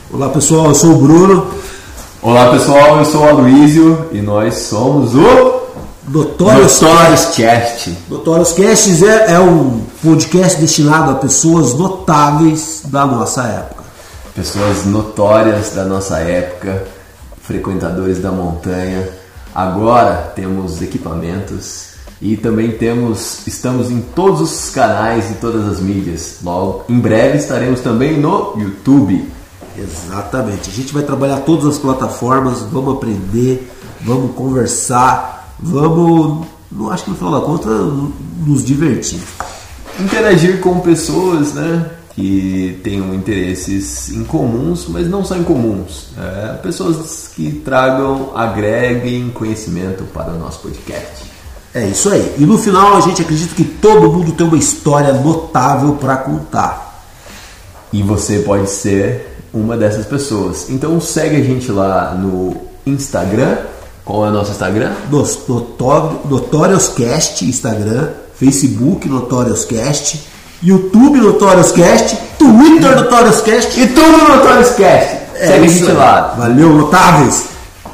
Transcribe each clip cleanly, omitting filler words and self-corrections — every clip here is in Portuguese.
Olá pessoal, eu sou o Bruno. Olá pessoal, eu sou o Aloysio e nós somos o Notorious Cast. Notorious Cast é um podcast destinado a pessoas notáveis da nossa época. Pessoas notórias da nossa época, frequentadores da montanha. Agora temos equipamentos e também estamos em todos os canais e todas as mídias. Logo, em breve estaremos também no YouTube. Exatamente, a gente vai trabalhar todas as plataformas, vamos aprender, vamos conversar, não acho que no final da conta, nos divertir. Interagir com pessoas, né, que tenham interesses incomuns, mas não só incomuns. Pessoas que agreguem conhecimento para o nosso podcast. É isso aí. E no final a gente acredita que todo mundo tem uma história notável para contar. E você pode ser uma dessas pessoas. Então segue a gente lá no Instagram. Qual é o nosso Instagram? Notorious Cast, Instagram, Facebook Notorious Cast, YouTube Notorious Cast, Twitter Notorious Cast e tudo Notorious Cast. Segue a gente lá. Valeu, notáveis!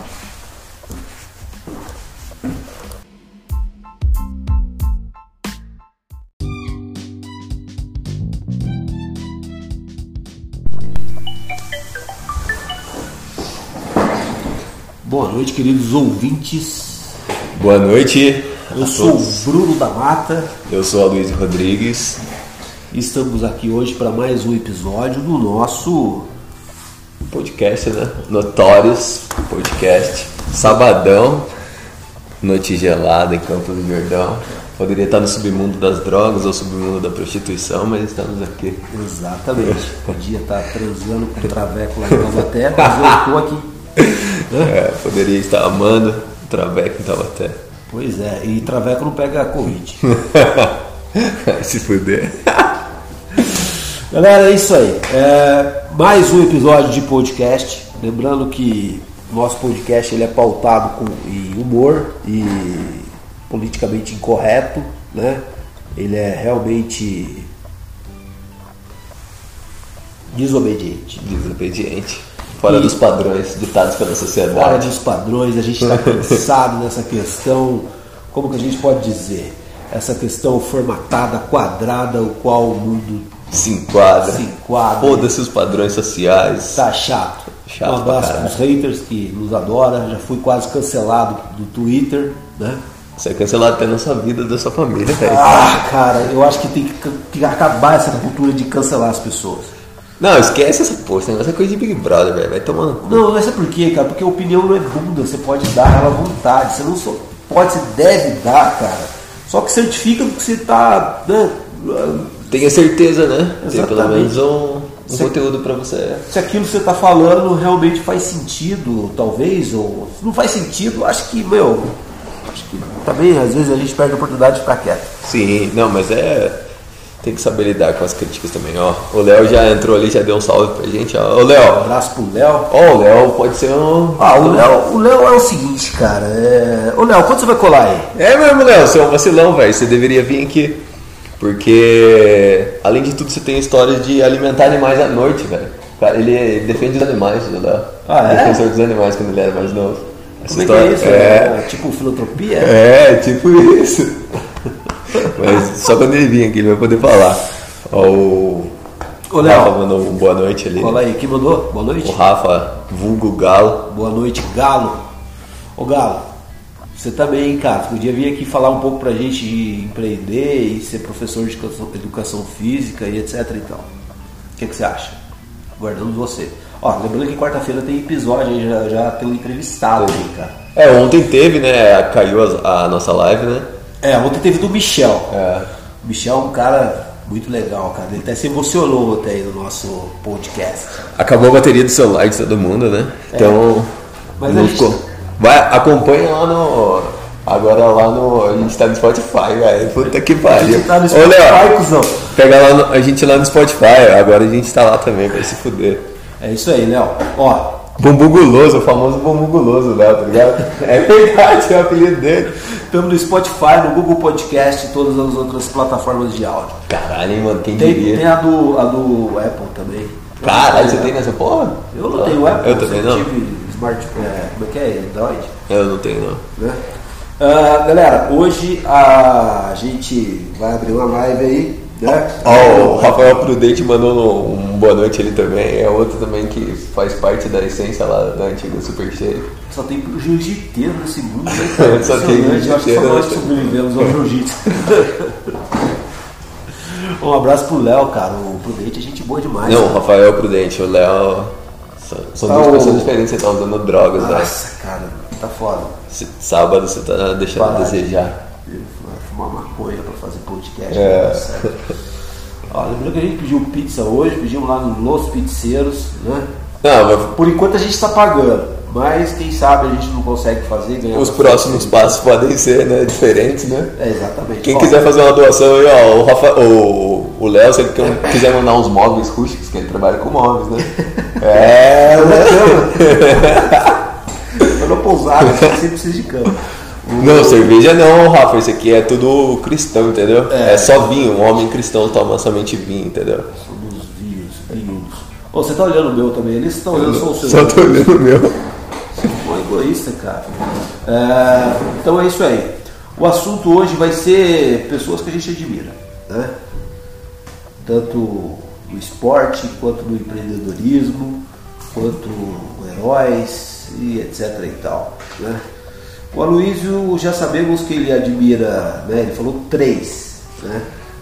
Boa noite, queridos ouvintes. Boa noite. Eu sou o Bruno da Mata. Eu sou o Aloysio Rodrigues. Estamos aqui hoje para mais um episódio do nosso podcast, né? Notorious Podcast. Sabadão, noite gelada em Campos do Jordão. Poderia estar no submundo das drogas ou submundo da prostituição, mas estamos aqui. Exatamente. Podia estar transando com o Traveco lá em Taubaté, mas eu estou aqui. Poderia estar amando o Traveco em Taubaté. Pois é, e Traveco não pega Covid. Se fuder. Galera, é isso aí. Mais um episódio de podcast. Lembrando que o nosso podcast ele é pautado em humor e politicamente incorreto, né? Ele é realmente desobediente. Fora dos padrões ditados pela sociedade. Fora dos padrões, a gente está cansado nessa questão, como que a gente pode dizer? Essa questão formatada, quadrada, o qual o mundo se enquadra. Foda-se os padrões sociais. Tá chato. Um abraço para os haters que nos adoram. Já fui quase cancelado do Twitter, né? Você é cancelado até na sua vida, da sua família, velho. Cara, eu acho que tem que acabar essa cultura de cancelar as pessoas. Não, esquece essa porra, esse negócio é coisa de Big Brother, velho. Vai tomando. Não, mas é por quê, cara? Porque a opinião não é bunda, você pode dar ela à vontade. Você não só pode, você deve dar, cara. Só que certifica que você tá, né? Tenha certeza, né? Exatamente. Tem pelo menos um conteúdo pra você. Se aquilo que você tá falando realmente faz sentido, talvez, ou se não faz sentido, acho que também às vezes a gente perde a oportunidade de ficar quieto. Sim, não, mas tem que saber lidar com as críticas também, ó. O Léo já entrou ali, já deu um salve pra gente, ó. Ô, Léo. Um abraço pro Léo. Ó, o Léo pode ser um... O Léo é o seguinte, cara. Ô, Léo, quando você vai colar aí? É mesmo, Léo, você é um vacilão, velho. Você deveria vir aqui. Porque, além de tudo, você tem a história de alimentar animais à noite, velho. Cara, ele defende os animais, o Léo. Defensor dos animais quando ele era mais novo. Como é que é isso? É tipo filantropia? É, tipo isso. Mas só quando ele vir aqui ele vai poder falar. O Rafa mandou um boa noite ali. Fala aí, quem mandou? Boa noite. O Rafa, vulgo Galo. Boa noite, Galo. Ô Galo, você também, hein, cara? Você podia vir aqui falar um pouco pra gente de empreender e ser professor de educação física e etc e tal. O que você acha? Aguardamos você. Ó, lembrando que quarta-feira tem episódio aí, já tem um entrevistado aí, cara. Ontem teve, né? Caiu a nossa live, né? Ontem teve do Michel. O Michel é um cara muito legal, cara. Ele até se emocionou até aí no nosso podcast. Acabou a bateria do celular de todo mundo, né? Então, mas não ficou. Acompanha lá no... Agora lá no... A gente tá no Spotify, velho. Puta que pariu. A gente tá no Spotify, cuzão. Pega lá a gente lá no Spotify. Agora a gente tá lá também, vai se fuder. É isso aí, Léo. Ó... Bumbum Guloso, o famoso Bumbum Guloso, Léo, tá ligado? É verdade, é o apelido dele. Estamos no Spotify, no Google Podcast e todas as outras plataformas de áudio. Caralho, hein, mano, quem diria? Tem a do Apple também. Caralho, você tem nessa porra? Eu não tenho Apple, eu também não. tive Smart, como é que é? Android? Eu não tenho, não. Né? Galera, hoje a gente vai abrir uma live aí, né? O Rafael Prudente mandou um boa noite ali também. É outro também que faz parte da essência lá da antiga Super Cheio. Só tem jiu-jiteiro nesse mundo, né, cara? Só tem jiu-jiteiro. Eu acho que só nós sobrevivemos ao jiu-jitsu. Um abraço pro Léo, cara. O Prudente é gente boa demais. Não, cara. o Rafael Prudente, o Léo. São duas pessoas diferentes, você tá usando drogas, né? Nossa, cara, tá foda. Sábado você tá deixando a desejar. Fumar maconha pra fazer podcast. Ó, lembrando que a gente pediu pizza hoje, pedimos lá no Los Pizzeiros, né? Não, mas Por enquanto a gente tá pagando, mas quem sabe a gente não consegue fazer, ganhar. os próximos passos podem ser, né, diferentes, né? Exatamente. Quem quiser fazer uma doação aí, ó, o Léo, se ele quiser mandar uns móveis rústicos, que ele trabalha com móveis, né? Eu não pousada, você precisa de cama. Não, cerveja não, Rafa, isso aqui é tudo cristão, entendeu? É só vinho, um homem cristão toma somente vinho, entendeu? Somos vinhos. Ô, você tá olhando o meu também? Eles estão olhando só o seu. Só tô olhando o meu. Você é um egoísta, cara. Então é isso aí. O assunto hoje vai ser pessoas que a gente admira, né? Tanto no esporte, quanto no empreendedorismo, quanto heróis e etc e tal, né? O Aloysio, já sabemos que ele admira, né? Ele falou 3, né?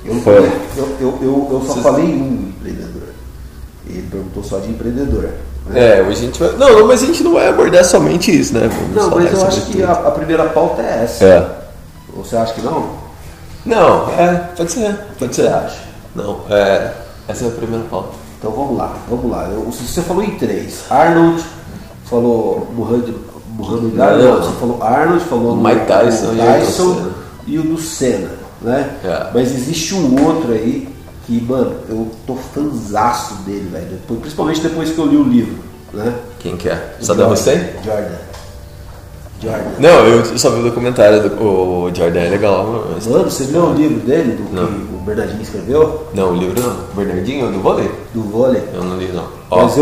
Eu só falei um empreendedor. Ele perguntou só de empreendedor. Né? Hoje a gente vai... Não, mas a gente não vai abordar somente isso, né? Não, mas eu acho que a primeira pauta é essa. Ou você acha que não? Não, pode ser. O que você acha? Não, essa é a primeira pauta. Então vamos lá. Você falou em 3. Arnold, falou Muhammad Ali, você falou Arnold, falou Mike Tyson e o do Senna, né? Mas existe um outro aí que, mano, eu tô fanzaço dele, velho. Principalmente depois que eu li o livro, né? Quem que é? Saddam Hussein? Jordan. Não, eu só vi o documentário o Jordan, é legal. Mano, você viu o livro dele, que o Bernardinho escreveu? Não, o livro não. O Bernardinho, do vôlei? Do vôlei? Eu não li, não. Mas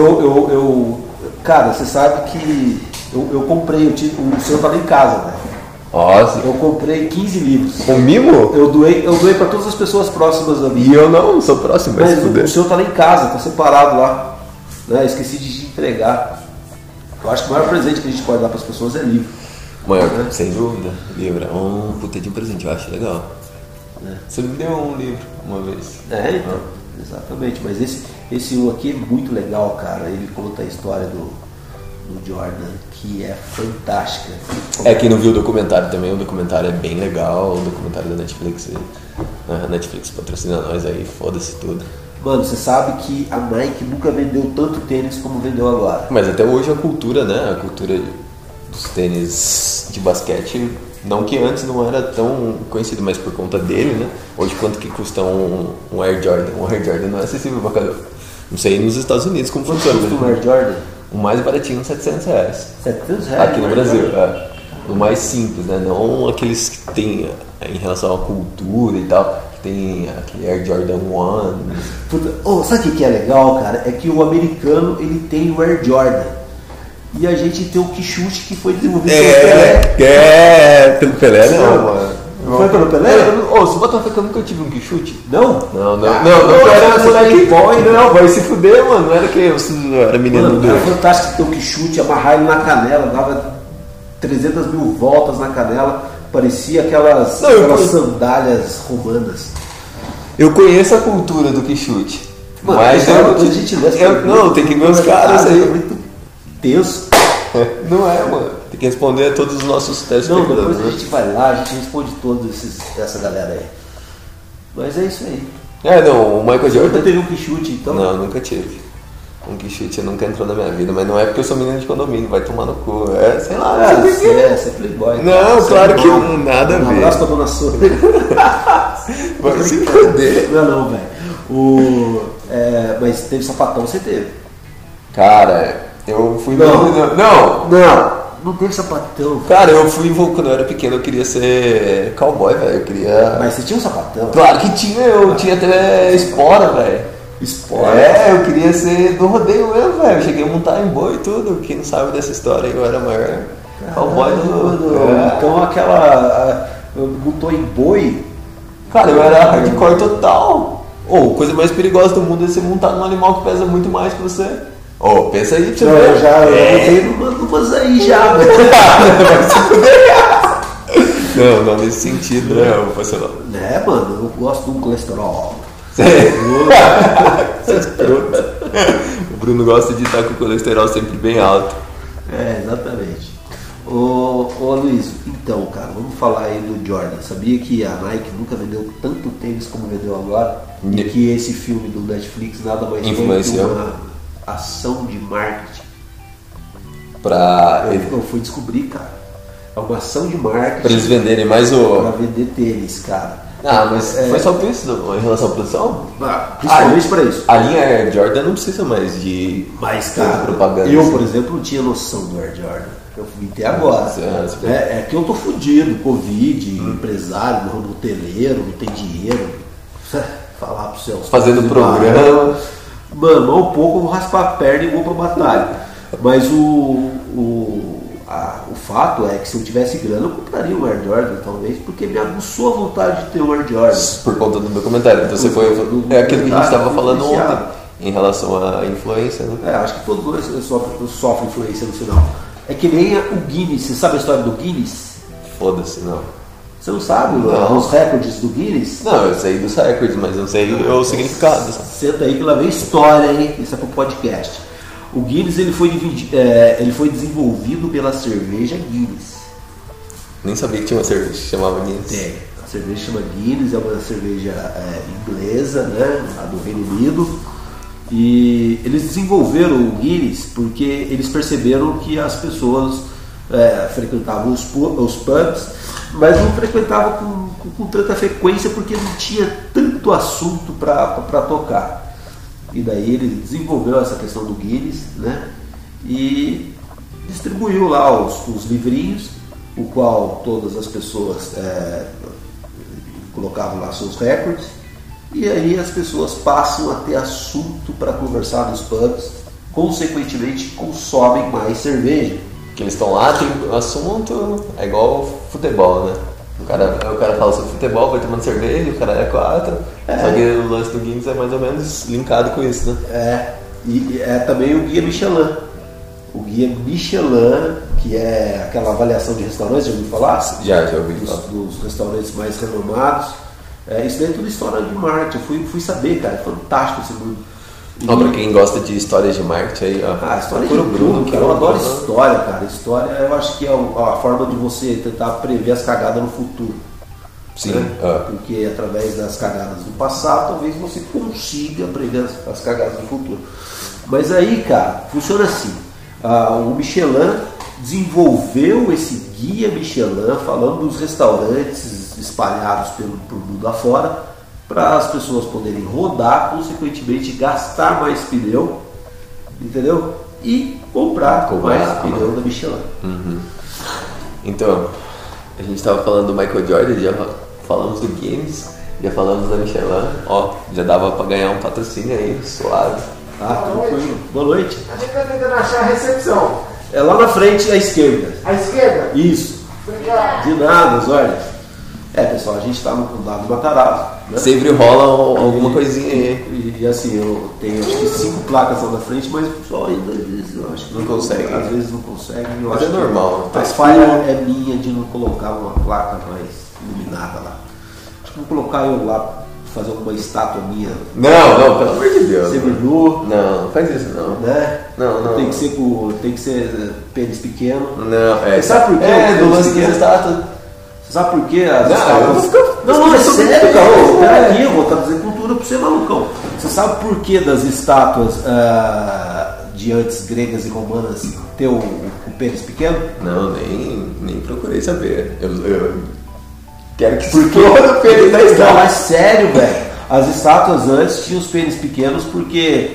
cara, você sabe que eu comprei, o seu tá lá em casa, velho. Nossa. Eu comprei 15 livros. Com mimo? Eu doei pra todas as pessoas próximas a mim. E eu não sou próximo, mas o seu tá lá em casa, tá separado lá. Né? Esqueci de te entregar. Eu acho que o maior presente que a gente pode dar pras pessoas é livro. Maior, sem dúvida. Livro é um puta de um presente, eu acho legal. Você me deu um livro uma vez. Então. Exatamente. Mas esse aqui é muito legal, cara. Ele conta a história do Jordan, que é fantástica. Quem não viu o documentário também, o documentário é bem legal, o documentário da Netflix. A Netflix patrocina nós aí, foda-se tudo. Mano, você sabe que a Nike nunca vendeu tanto tênis como vendeu agora. Mas até hoje a cultura, né? A cultura dos tênis de basquete, não que antes não era tão conhecido, mas por conta dele, né? Hoje quanto que custa um Air Jordan? Um Air Jordan não é acessível pra cada... Não sei nos Estados Unidos como funciona. Quanto custa um Air Jordan? O mais baratinho, R$700. R$700? Aqui no Brasil, O mais simples, né? Não aqueles que tem em relação à cultura e tal, que tem aquele Air Jordan 1. Sabe o que é legal, cara? É que o americano, ele tem o Air Jordan. E a gente tem o Quixote, que foi desenvolvido pelo Pelé. Pelo Pelé não, mano. Foi pelo Pelé? Se botar fé que eu nunca tive um Quixote. Não? Não era moleque boy, não, vai se fuder, mano. Não era que eu era menino do. Era fantástico ter o Quixote, amarrar ele na canela, dava 300 mil voltas na canela, parecia aquelas sandálias romanas. Eu conheço a cultura do Quixote. Mas não, tem que ver os caras aí. É muito tenso. Não é, mano. Tem que responder a todos os nossos testes. Não, depois a gente vai lá, a gente responde todos essa galera aí. Mas é isso aí. O Michael Jordan. Você teve um Quixote, então? Não, nunca tive. Um Quixote nunca entrou na minha vida, mas não é porque eu sou menino de condomínio, vai tomar no cu. Sei lá, você é playboy. Não, claro que nada a ver. Um abraço pra dona Sônia. Vai se foder. Não, velho. Mas teve sapatão, você teve. Cara, eu fui... Não teve sapatão. Cara, quando eu era pequeno, eu queria ser cowboy, velho. Mas você tinha um sapatão? Claro que tinha, eu tinha até espora, velho. Esporte. Eu queria ser do rodeio mesmo, velho. Eu cheguei a montar em boi e tudo. Quem não sabe dessa história aí, eu era maior cowboy do... Então aquela... Montou em boi. Cara, eu era hardcore total. Coisa mais perigosa do mundo é você montar num animal que pesa muito mais que você. Pensa aí pra você ver. Eu já montei numas aí já, velho. Não nesse sentido, né? Mano, eu gosto de um colesterol. O Bruno gosta de estar com o colesterol sempre bem alto. Exatamente. Ô Luiz, então, cara, vamos falar aí do Jordan. Sabia que a Nike nunca vendeu tanto tênis como vendeu agora? E que esse filme do Netflix nada mais foi que uma ação de marketing. Eu fui descobrir, cara. É uma ação de marketing. Pra eles venderem mais Pra vender tênis, cara. Mas foi só por isso, em relação à produção? Principalmente pra isso. A linha Air Jordan não precisa mais de propaganda. Eu, por exemplo, não tinha noção do Air Jordan. Eu fui até agora. É que eu tô fudido, Covid, empresário, no ramo hoteleiro, não tem dinheiro. Falar pro céu. Fazendo programa. Mano, mal um pouco eu vou raspar a perna e vou pra batalha. Mas o fato é que se eu tivesse grana eu compraria um Air Jordan, talvez, porque me aguçou a vontade de ter um Air Jordan. Por conta do documentário. Então você foi. É aquilo que a gente estava falando ontem, em relação à influência, né? Acho que todos dois sofrem influência no final. É que nem o Guinness. Você sabe a história do Guinness? Foda-se, não. Você não sabe os recordes do Guinness? Não, eu sei dos recordes, mas não sei o significado. Senta aí que lá vem história, hein? Isso é pro podcast. O Guinness ele foi desenvolvido pela cerveja Guinness. Nem sabia que tinha uma cerveja que chamava Guinness. Tem. A cerveja chama Guinness, é uma cerveja inglesa, né? A do Reino Unido. E eles desenvolveram o Guinness porque eles perceberam que as pessoas frequentavam os pubs, mas não frequentavam com tanta frequência porque não tinha tanto assunto para tocar. E daí ele desenvolveu essa questão do Guinness, né? E distribuiu lá os livrinhos, o qual todas as pessoas colocavam lá seus recordes. E aí as pessoas passam a ter assunto para conversar nos pubs, consequentemente consomem mais cerveja. Que eles estão lá, tem assunto, é igual futebol, né? O cara fala sobre futebol, vai tomando cerveja, o cara é 4. Só que o lance do Guinness é mais ou menos linkado com isso, né? E é também o Guia Michelin. O Guia Michelin, que é aquela avaliação de restaurantes, já ouviu falar? Já ouvi falar. Dos restaurantes mais renomados. Isso daí é tudo história de marketing. Eu fui saber, cara, é fantástico esse mundo. Pra quem gosta de histórias de marketing aí, ó. História de Bruno, cara. Eu adoro história, cara. História, eu acho que é a forma de você tentar prever as cagadas no futuro. Sim. Né? Porque através das cagadas do passado, talvez você consiga prever as cagadas do futuro. Mas aí, cara, funciona assim. O Michelin desenvolveu esse guia Michelin falando dos restaurantes espalhados pelo mundo afora, para as pessoas poderem rodar, consequentemente gastar mais pneu, entendeu? E comprar mais pneu da Michelin. Uhum. Então, a gente estava falando do Michael Jordan, já falamos do Guinness, já falamos da Michelin, já dava para ganhar um patrocínio aí, suave. Tranquilo. Boa noite. A gente está tentando achar a recepção. É lá na frente, à esquerda. À esquerda? Isso. Obrigado. De nada, olha. Pessoal, a gente está no condado do Matarazzo, né? Sempre rola alguma coisinha aí. E assim, eu tenho acho que 5 placas lá na frente, mas o pessoal ainda às vezes eu acho que não consegue. Às vezes não consegue. Mas é normal. A falha é minha de não colocar uma placa mais iluminada lá. Acho que vou colocar eu lá, fazer uma estátua minha. Não, pelo amor de Deus. Seminu. Não faz isso não. Né? Não. Tem que ser pênis pequeno. Não, Você sabe por quê? Do lance das estátuas. Você sabe por quê? Não, é sério, cara. Peraí, eu vou trazer cultura pra você, malucão. Você sabe por que das estátuas de antes gregas e romanas ter o pênis pequeno? Não, nem procurei saber. Eu quero que exploda o pênis da estátua. Não, é sério, velho. As estátuas antes tinham os pênis pequenos porque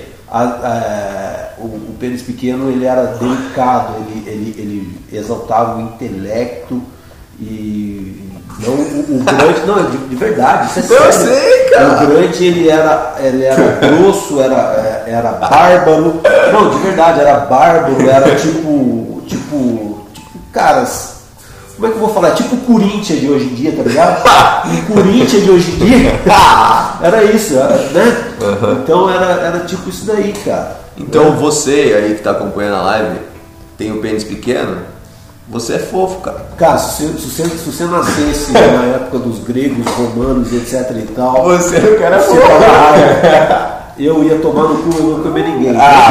o pênis pequeno ele era delicado, ele exaltava o intelecto. E não o grande, não, de verdade, isso é sério. Eu sei, O grande ele era grosso, era bárbaro. Não, de verdade, era bárbaro, era tipo, caras. Como é que eu vou falar? Tipo o Corinthians de hoje em dia, tá ligado? O Corinthians de hoje em dia, era isso, né? Uhum. Então era tipo isso daí, cara. Então você aí que tá acompanhando a live, tem o pênis pequeno, você é fofo, cara. Cara, se você nascesse na época dos gregos, romanos, etc e tal, Você é o cara você fofo. eu ia tomar no cu e não comer ninguém.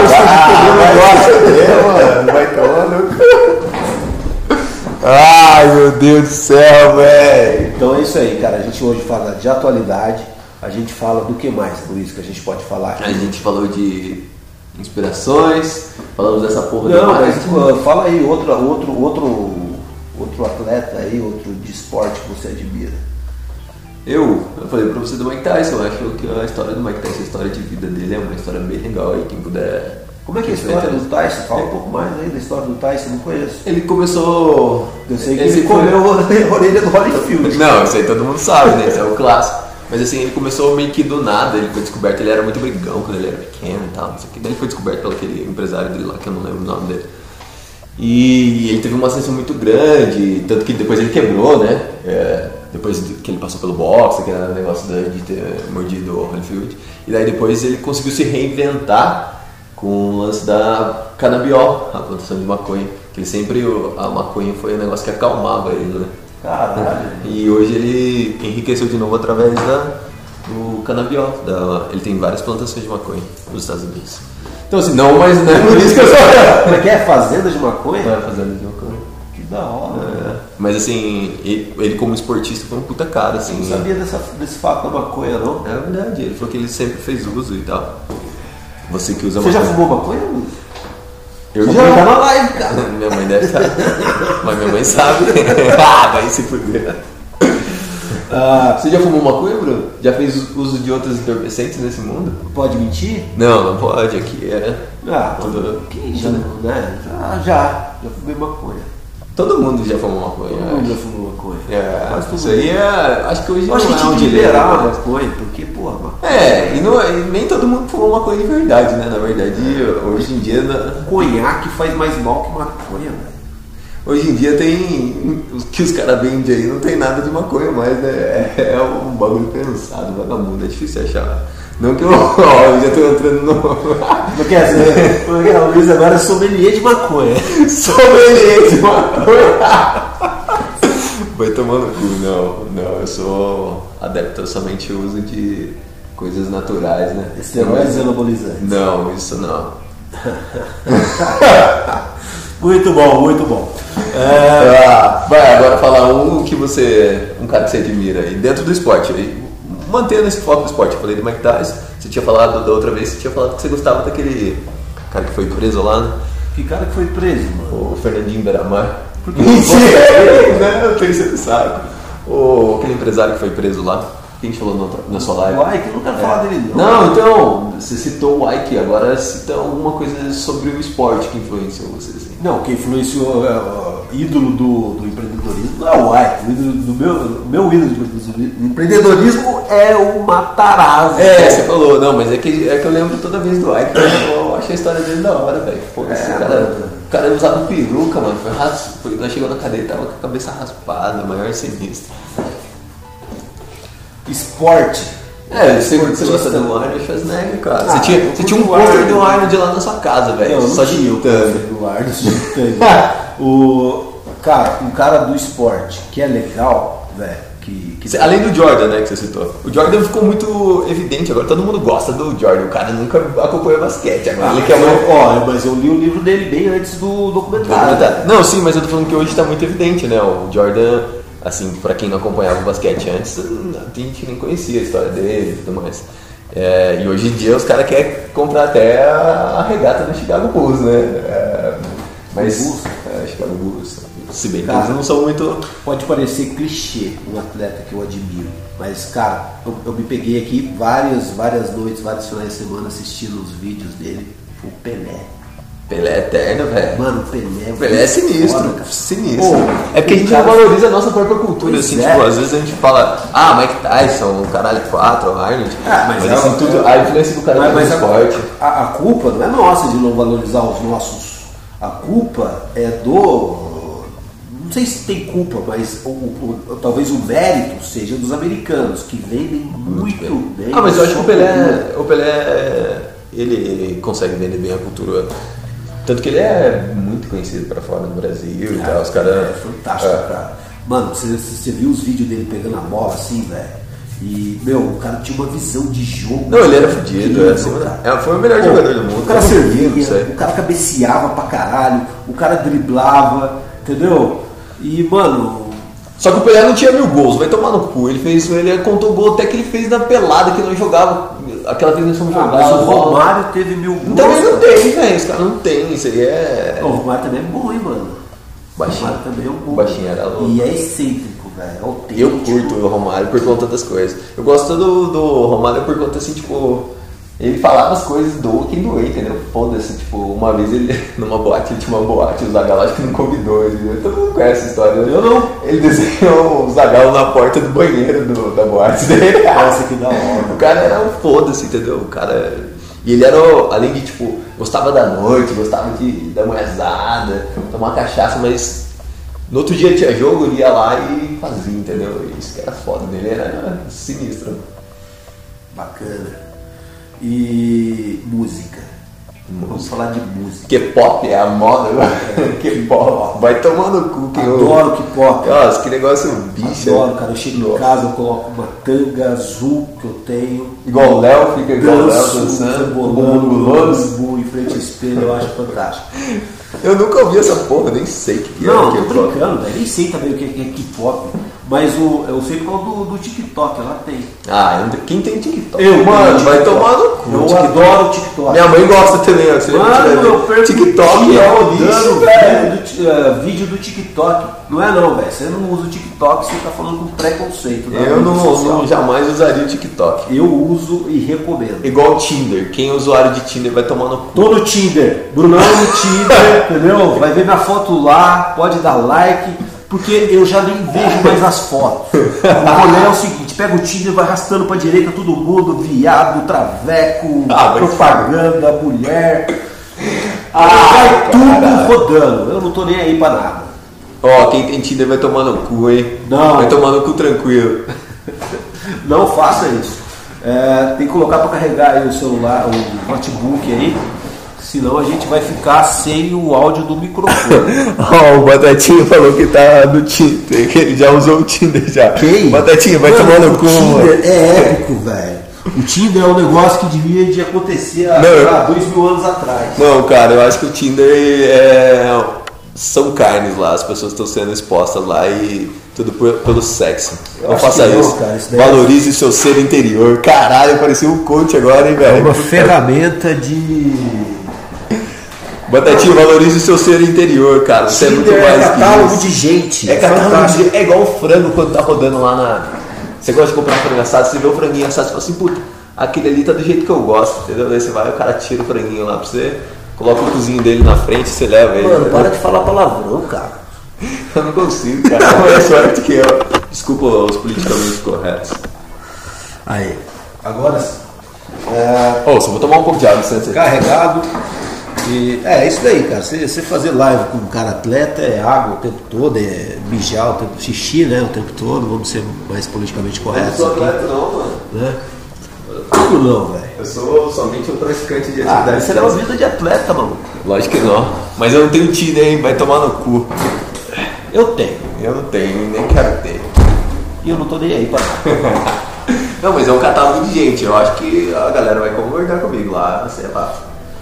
Vai tomar no cu. Ai, meu Deus do céu, velho. Então é isso aí, cara. A gente hoje fala de atualidade. A gente fala do que mais, Luiz, que a gente pode falar aqui? A gente falou de inspirações, falamos dessa porra Não, do mas marketing. fala aí outro atleta aí, outro de esporte que você admira. Eu falei pra você do Mike Tyson, eu acho que a história do Mike Tyson, a história de vida dele é uma história bem legal aí, quem puder. Como é que é a história do Tyson? Fala um pouco mais aí da história do Tyson, não conheço. Ele começou. Eu sei que Esse ele foi- comeu a orelha do Holyfield. Não, isso aí todo mundo sabe, né? Esse é o clássico. Mas assim, ele começou meio que do nada, ele foi descoberto, ele era muito brigão quando ele era pequeno e tal, não sei o que. Daí ele foi descoberto pelo aquele empresário dele lá, que eu não lembro o nome dele. E ele teve uma ascensão muito grande, tanto que depois ele quebrou, né? Depois que ele passou pelo boxe, que era o negócio de ter mordido o Holyfield. E daí depois ele conseguiu se reinventar com o lance da canabiol, a plantação de maconha. Que ele sempre, a maconha foi um negócio que acalmava ele, né? Caralho. E hoje ele enriqueceu de novo através do canabiol. Ele tem várias plantações de maconha nos Estados Unidos. Então assim, não, mas não é por isso que eu sou... Como é que é? Fazenda de maconha? Não é fazenda de maconha. Que da hora. Mas assim, ele como esportista foi um puta cara, assim. Não sabia desse fato da maconha, não. É verdade, ele falou que ele sempre fez uso e tal. Você que usa Você já maconha. fumou maconha, Luiz? Eu Só já. porque tá na live, cara. Minha mãe deve saber. Mas minha mãe sabe. Vai se fuder. Você já fumou maconha, Bruno? Já fez uso de outros entorpecentes nesse mundo? Pode mentir? Não pode, aqui é. Quem já, né? Já fumei maconha. Todo mundo já fumou maconha. Todo eu mundo já acho. fumou maconha. Quase todo isso mundo. aí é. Acho que hoje Eu acho que não é tinha um que dilema, liberar a né? maconha, porque, porra, maconha. E nem todo mundo fumou maconha de verdade, né? Na verdade, hoje em dia. Conhaque faz mais mal que maconha, velho. Hoje em dia tem. O que os caras vendem aí não tem nada de maconha mais, né? É um bagulho pensado, vagabundo, é difícil achar. Não que eu já tô entrando no. Não quer dizer, o Luiz agora é sommelier de maconha. Sommelier de maconha! Vai tomando cu, não, eu sou adepto, eu somente uso de coisas naturais, né? Esteroides anabolizantes. Não, isso não. Muito bom, muito bom. Vai agora falar um cara que você admira aí, dentro do esporte. Aí, mantendo esse foco do esporte, eu falei do Mike Tyson, você tinha falado da outra vez, você tinha falado que você gostava daquele cara que foi preso lá, né? Que cara que foi preso, mano? O Fernandinho Beiramar. Por que Não, tem que saco. Aquele empresário que foi preso lá, quem falou na sua live? O Ike, eu não quero falar dele não. Não, então, você citou o Ike, agora cita alguma coisa sobre o esporte que influenciou você, assim. Não, quem influenciou ídolo do empreendedorismo não é o Ike. O ídolo do meu ídolo do empreendedorismo é o Matarazzo. Você falou, não, mas é que eu lembro toda vez do Ike, eu achei a história dele da hora, velho. Pô, esse o cara usava peruca, mano, nós chegou na cadeia e tava com a cabeça raspada, maior sinistro. Esporte. Você gosta do Arnold Schwarzenegger, cara. Você tinha um o pôster do Arnold lá na sua casa, velho. Não, Só não tinha o digitando. Eduardo um cara do esporte que é legal, velho. Além do Jordan, né, que você citou. O Jordan ficou muito evidente, agora todo mundo gosta do Jordan. O cara nunca acompanhou basquete. Agora ele quer mas eu li o livro dele bem antes do documentário. Não, sim, mas eu tô falando que hoje tá muito evidente, né? O Jordan, assim, pra quem não acompanhava o basquete antes, a gente nem conhecia a história dele e tudo mais. E hoje em dia os caras querem comprar até a regata do Chicago Bulls, né? Chicago Bulls. Se bem que eles não são muito... Pode parecer clichê um atleta que eu admiro, mas, cara, eu me peguei aqui várias noites, vários finais de semana assistindo os vídeos dele. O Pelé. Pelé é eterno, velho. Mano, o Pelé. O Pelé é sinistro, foda, cara. sinistro. Pô, é porque a gente cara- não valoriza a nossa própria cultura, Pois assim, é. tipo, às vezes a gente fala, Mike Tyson, caralho 4, Arnold. mas assim, é- tudo, a influência do cara no esporte. A culpa não é nossa de não valorizar os nossos. A culpa é do. Não sei se tem culpa, mas talvez o mérito seja dos americanos, que vendem muito bem. Mas eu acho que a sua o Pelé, ele consegue vender bem a cultura. Tanto que ele é muito conhecido pra fora do Brasil e tal. Os caras. É fantástico, cara. Mano, você viu os vídeos dele pegando a bola assim, velho? E, meu, o cara tinha uma visão de jogo. Não, ele era fodido. incrível, cara. Foi o melhor Pô, jogador do mundo. O cara Tava vivo, servia, isso aí. o cara cabeceava pra caralho, o cara driblava, entendeu? E, mano. Só que o Pelé não tinha 1000 gols, vai tomar no cu. Ele contou o gol até que ele fez na pelada, que não jogava. Aquela vez nós fomos jogar. Mas o Romário teve 1000 gols. Também não cara. tem, velho. Os caras não tem. Isso aí é. Não, o Romário também é bom, hein, mano. Baixinho. O Romário também é um bom. O baixinho era louco. E é excêntrico, velho. É autêntico. Eu curto o Romário por conta das coisas. Eu gosto do Romário por conta assim, tipo, ele falava as coisas do quem doeu, entendeu? Foda-se, tipo, uma vez ele, numa boate, ele tinha uma boate, o Zagallo acho que não convidou ele. Todo mundo conhece essa história. Eu não. Ele desenhou o Zagallo na porta do banheiro da boate dele. Nossa, que da hora. O cara era um foda-se, entendeu? O cara. E ele era, além de, tipo, gostava da noite, gostava de dar mulherzada, tomar cachaça, mas no outro dia tinha jogo, ele ia lá e fazia, entendeu? E isso que era foda dele, era sinistro. Bacana. E música. Vamos falar de música. K-pop é a moda agora. K-pop. Vai tomar no cu. Adoro K-pop. Nossa, que negócio bicho. Adoro, cara. Eu chego em casa, eu coloco uma tanga azul que eu tenho. Igual o Léo, fica igual o Léo Danço, dançando. rebolando, guloso. bumbum em frente ao espelho, eu acho fantástico. Eu nunca ouvi essa porra, nem sei o que Não, é tô K-pop. brincando, velho. Nem sei também o que é K-pop. Mas eu sei por causa do TikTok, ela tem. Quem tem TikTok? Eu, mano, TikTok. vai tomar no cu. Eu TikTok. adoro o TikTok. Minha mãe gosta também, ó. Você Mano, eu perco TikTok é um lixo, rodando velho. vídeo do TikTok. Não é não, velho. Você não usa o TikTok, você tá falando com preconceito. da Eu rede social. não jamais usaria o TikTok. Eu uso e recomendo. Igual o Tinder. Quem é usuário de Tinder vai tomar no cu. Tô no Tinder, Brunão no Tinder, entendeu? Vai ver minha foto lá, pode dar like, porque eu já nem vejo mais as fotos. O rolê é o seguinte, pega o Tinder, vai arrastando pra direita todo mundo, viado, traveco, mas- propaganda, mulher. Vai tudo caralho. rodando, eu não tô nem aí pra nada. Ó, quem tem Tinder vai tomar no cu, hein? Não. Vai tomar no cu tranquilo. Não faça isso. Tem que colocar para carregar aí o celular, o notebook aí, senão a gente vai ficar sem o áudio do microfone. Ó, o Batatinha falou que tá no Tinder, que ele já usou o Tinder já. Quem? Batatinha, vai Mano, tomar no o cu, Tinder mano. é épico, velho. O Tinder é um negócio que devia de acontecer há Não, eu- 2000 anos atrás. Não, cara, eu acho que o Tinder são carnes lá, as pessoas estão sendo expostas lá e tudo pelo sexo. Eu Não acho faça que não, isso. cara, isso daí Valorize seu ser interior. Caralho, parecia um coach agora, hein, É velho? uma ferramenta de. Batatinha, valorize seu ser interior, cara. Você é muito Tinder mais é que catálogo isso. de gente. É catálogo fantástico. de... É igual o frango quando tá rodando lá na... Você gosta de comprar um frango assado, você vê o franguinho assado e fala assim, puta, aquele ali tá do jeito que eu gosto, entendeu? Daí você vai, o cara tira o franguinho lá pra você, coloca o cozinho dele na frente, você leva ele. Mano, entendeu? para de falar palavrão, cara. Eu não consigo, cara. Não é sorte que eu. Desculpa os politicamente corretos. Aí. Agora sim. Ô, só vou tomar um pouco de água, Santa. Carregado. E é isso daí, cara. Você fazer live com um cara atleta é água o tempo todo, é mijar o tempo, xixi, né? O tempo todo. Vamos ser mais politicamente Eu não corretos sou aqui. atleta não, mano. Né? Tudo não, velho. Eu sou somente um praticante de Ah, atividade você é uma vida de atleta, mano. Lógico que não. Mas eu não tenho Tinder, hein? Vai tomar no cu. Eu tenho. Eu não tenho, nem quero ter. E eu não tô nem aí pra nada. Não, mas é um catálogo de gente. Eu acho que a galera vai concordar comigo lá, sei lá.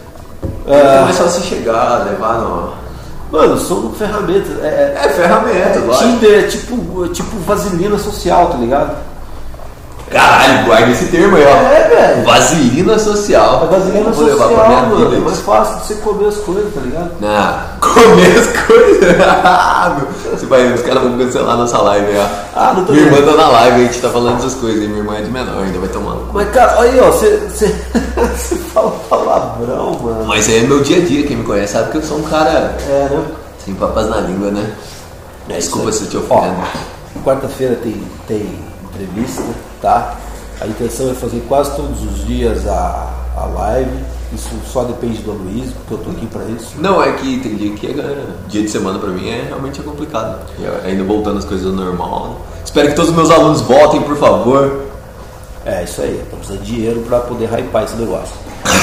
É mais só se chegar, levar no... Mano, são ferramentas. É ferramenta, lógico. Tinder é tipo vaselina social, tá ligado? Caralho, guarda esse termo aí, ó. velho. Vaselina social. A vaselina Eu vou levar pra social, minha mano. vida É mais isso. fácil de você comer as coisas, tá ligado? Comer as coisas. Você vai, os caras vão cancelar nossa live aí, ó. Ah, não tô Minha irmã vendo. tá na live, a gente tá falando essas coisas. E minha irmã é de menor, ainda vai tomar. Mas, cara, aí, ó, você fala palavrão, mano. Mas é meu dia a dia, quem me conhece sabe que eu sou um cara É, né? sem papas na língua, né? É Desculpa isso aí. se eu te Ó, ofendo. quarta-feira tem entrevista, tá? A intenção é fazer quase todos os dias a live. Isso só depende do Aloysio, porque eu tô aqui pra isso. Não, é que tem dia que dia de semana pra mim realmente é complicado. Ainda voltando as coisas ao normal. Né? Espero que todos os meus alunos voltem, por favor. É, isso aí. Tô precisando de dinheiro pra poder hypar esse negócio.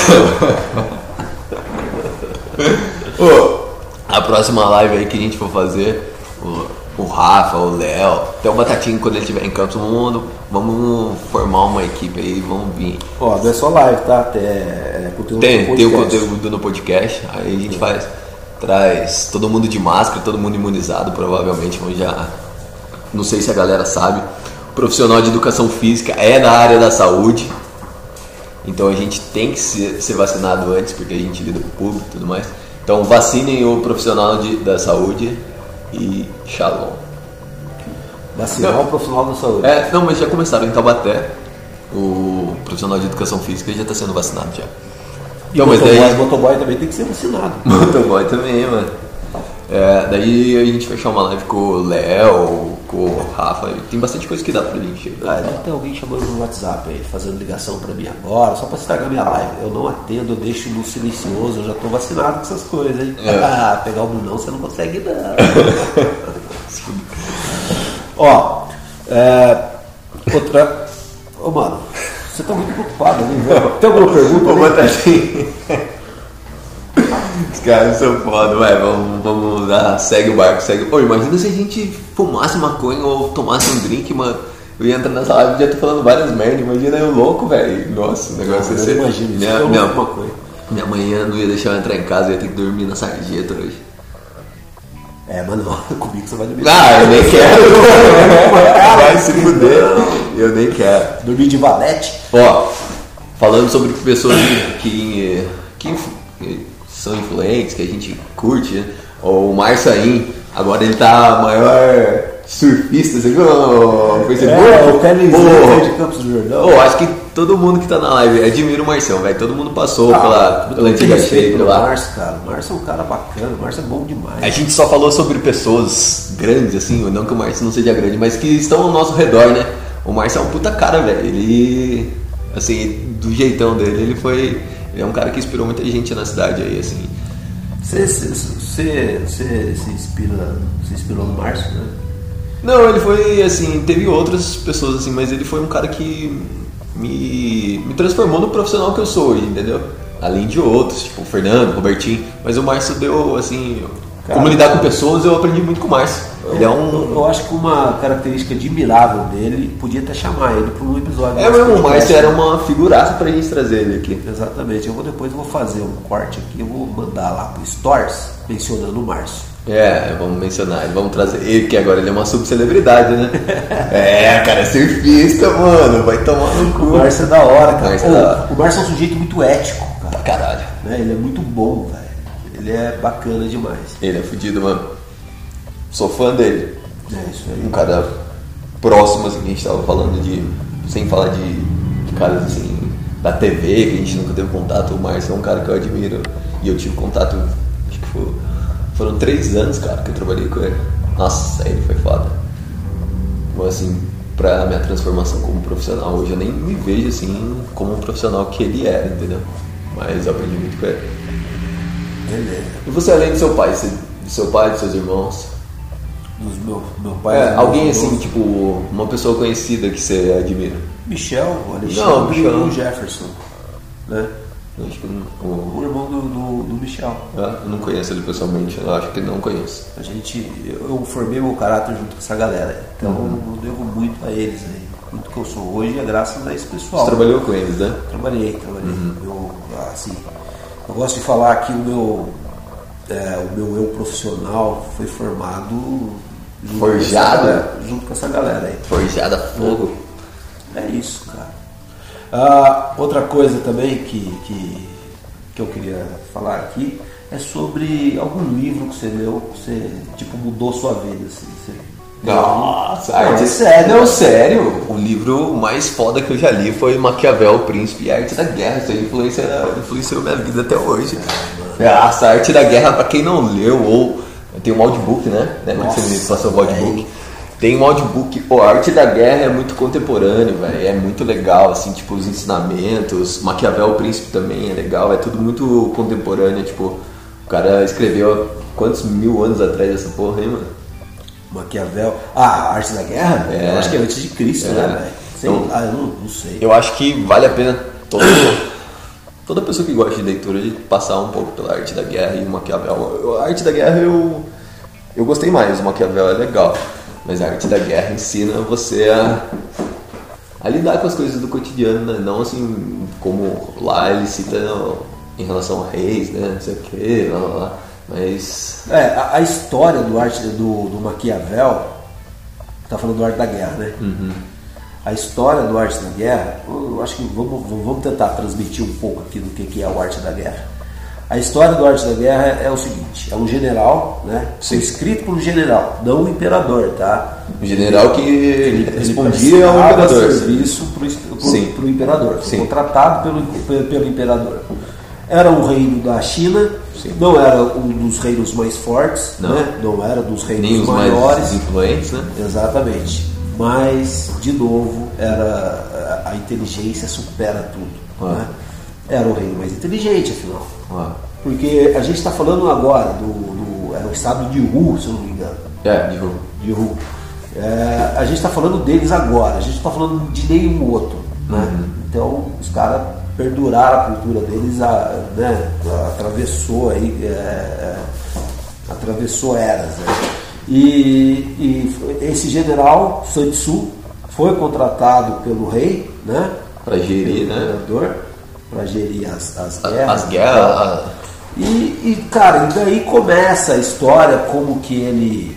Ô, a próxima live aí que a gente for fazer, o Rafa, o Léo, até o Batatinho quando ele estiver em Campos, vamos formar uma equipe aí, vamos vir. Ó, não é só live, tá? Conteúdo Tem no o podcast. conteúdo no podcast, aí a gente traz todo mundo de máscara, todo mundo imunizado, provavelmente, vamos já. Não sei se a galera sabe, o profissional de educação física é da área da saúde, então a gente tem que ser vacinado antes, porque a gente lida com o público e tudo mais. Então vacinem o profissional da saúde e shalom. Vacinar o profissional da saúde. Não, mas já começaram em Taubaté, o profissional de educação física já está sendo vacinado já. E Não, mas daí... motoboy também tem que ser vacinado. Motoboy também, mano. Daí a gente fechar uma live com o Léo, com o Rafa. Tem bastante coisa que dá pra gente. Deve ter alguém chamando no WhatsApp aí, fazendo ligação pra mim agora, só pra estragar minha live. Eu não atendo, eu deixo no silencioso, eu já tô vacinado com essas coisas, hein? Pegar o Brunão você não consegue não. Ó, outra... Ô, mano, você tá muito preocupado, né, velho? Tem alguma pergunta? Vou né? botar assim. Os caras são foda, vamos lá, segue o barco, segue. Ô, imagina se a gente fumasse maconha ou tomasse um drink, mano. Eu ia entrar nessa live e já tô falando várias merdas. Imagina eu louco, velho. Nossa, o negócio ia ser. Imagina, isso é uma maconha. Minha mãe não ia deixar eu entrar em casa, eu ia ter que dormir na sarjeta hoje. Mano, comigo você vai dormir. Eu nem quero. Vai se fuder. Eu nem quero. Dormir de valete? Ó, falando sobre pessoas que são influentes, que a gente curte, né? O Marçaim, agora ele tá maior surfista, você viu no Facebook? O Kellyzinho de Campos do Jordão. Acho que todo mundo que tá na live admira o Marção, velho. Todo mundo passou pela antiga shape pelo lá. Márcio, cara. O Márcio é um cara bacana, o Márcio é bom demais. A gente só falou sobre pessoas grandes, assim, não que o Márcio não seja grande, mas que estão ao nosso redor, né? O Márcio é um puta cara, velho. Ele, assim, do jeitão dele, ele é um cara que inspirou muita gente na cidade aí, assim. Você se inspirou no Márcio, né? Não, ele foi, assim, teve outras pessoas, assim, mas ele foi um cara que me transformou no profissional que eu sou hoje, entendeu? Além de outros, tipo o Fernando, o Robertinho, mas o Márcio deu, assim, como lidar com pessoas, eu aprendi muito com o Márcio. Ele é um... Eu acho que uma característica admirável dele, podia até chamar ele para um episódio. mesmo, o Márcio era uma figuraça pra gente trazer ele aqui. Exatamente, depois eu vou fazer um corte aqui, eu vou mandar lá pro Stories, mencionando o Márcio. Vamos mencionar, vamos trazer ele, que agora ele é uma subcelebridade, né? Cara, é surfista, mano, vai tomar no cu. O Márcio é da hora, cara. Márcio é da hora. O Márcio é um sujeito muito ético, cara. Pra caralho. Né? Ele é muito bom, velho. Ele é bacana demais. Ele é fudido, mano. Sou fã dele. É isso aí. Um cara próximo, assim, que a gente tava falando sem falar de caras, assim, da TV, que a gente nunca teve contato. O Márcio é um cara que eu admiro. E eu tive contato, acho que foram 3 anos, cara, que eu trabalhei com ele. Nossa, ele foi foda. Então, assim, pra minha transformação como profissional, hoje eu nem me vejo, assim, como um profissional que ele era, entendeu? Mas eu aprendi muito com ele. Beleza. E você, além do seu pai, dos seus irmãos? Meu pai. Alguém assim, tipo, uma pessoa conhecida que você admira? Michel, o Alexandre e Michel. o Jefferson. Né? Eu acho que O irmão do Michel. eu não conheço ele pessoalmente, eu acho que não conheço. Eu formei meu caráter junto com essa galera. Então eu devo muito a eles aí. Muito que eu sou hoje é graças a esse pessoal. Você trabalhou com eles, né? Trabalhei. Eu gosto de falar que o meu eu profissional foi formado Forjado? junto com essa galera aí. Forjada a fogo. É isso, cara. Outra coisa também que eu queria falar aqui é sobre algum livro que você leu, que você tipo mudou sua vida, assim. Nossa, arte sério. Não, sério. O livro mais foda que eu já li foi Maquiavel, o Príncipe e a Arte da Guerra. Isso aí influenciou minha vida até hoje. Nossa, a Arte da Guerra, pra quem não leu, ou tem um audiobook, né? Nossa, você me passou o audiobook. Tem um audiobook, a Arte da Guerra é muito contemporâneo, velho. É muito legal, assim, tipo, os ensinamentos. Maquiavel, o Príncipe também é legal. É tudo muito contemporâneo, tipo, o cara escreveu quantos mil anos atrás essa porra aí, mano? Maquiavel. A Arte da Guerra? Eu acho que é antes de Cristo, né, velho? Então, eu não sei. Eu acho que vale a pena toda pessoa que gosta de leitura de passar um pouco pela Arte da Guerra e o Maquiavel. A Arte da Guerra eu gostei mais, o Maquiavel é legal. Mas a Arte da Guerra ensina você a lidar com as coisas do cotidiano, né? Não assim como lá ele cita em relação a reis, né? Não sei o que, lá, lá, lá. Mas... a história do Maquiavel, tá falando do Arte da Guerra, né? Uhum. A história do Arte da Guerra, eu acho que vamos tentar transmitir um pouco aqui do que é o Arte da Guerra. A história do Arte da Guerra é o seguinte: é um general, né? Foi escrito por um general, não um imperador, tá? Um general que ele respondia ao imperador. Serviço para o imperador, foi contratado pelo imperador. Era um reino da China, não era um dos reinos mais fortes, né? Não era dos reinos nem os maiores, mais influentes, né? Exatamente. Mas, de novo, a inteligência supera tudo. Né? Era o reino mais inteligente, afinal. Porque a gente está falando agora era o estado de Wu, se eu não me engano. De Wu. A gente está falando deles agora, a gente não está falando de nenhum outro. Né? Então, os caras perduraram a cultura deles, né? Atravessou eras. Né? E esse general Sun Tzu foi contratado pelo rei, né? Para gerir, para gerir as guerras. As guerras. E cara, e daí começa a história como que ele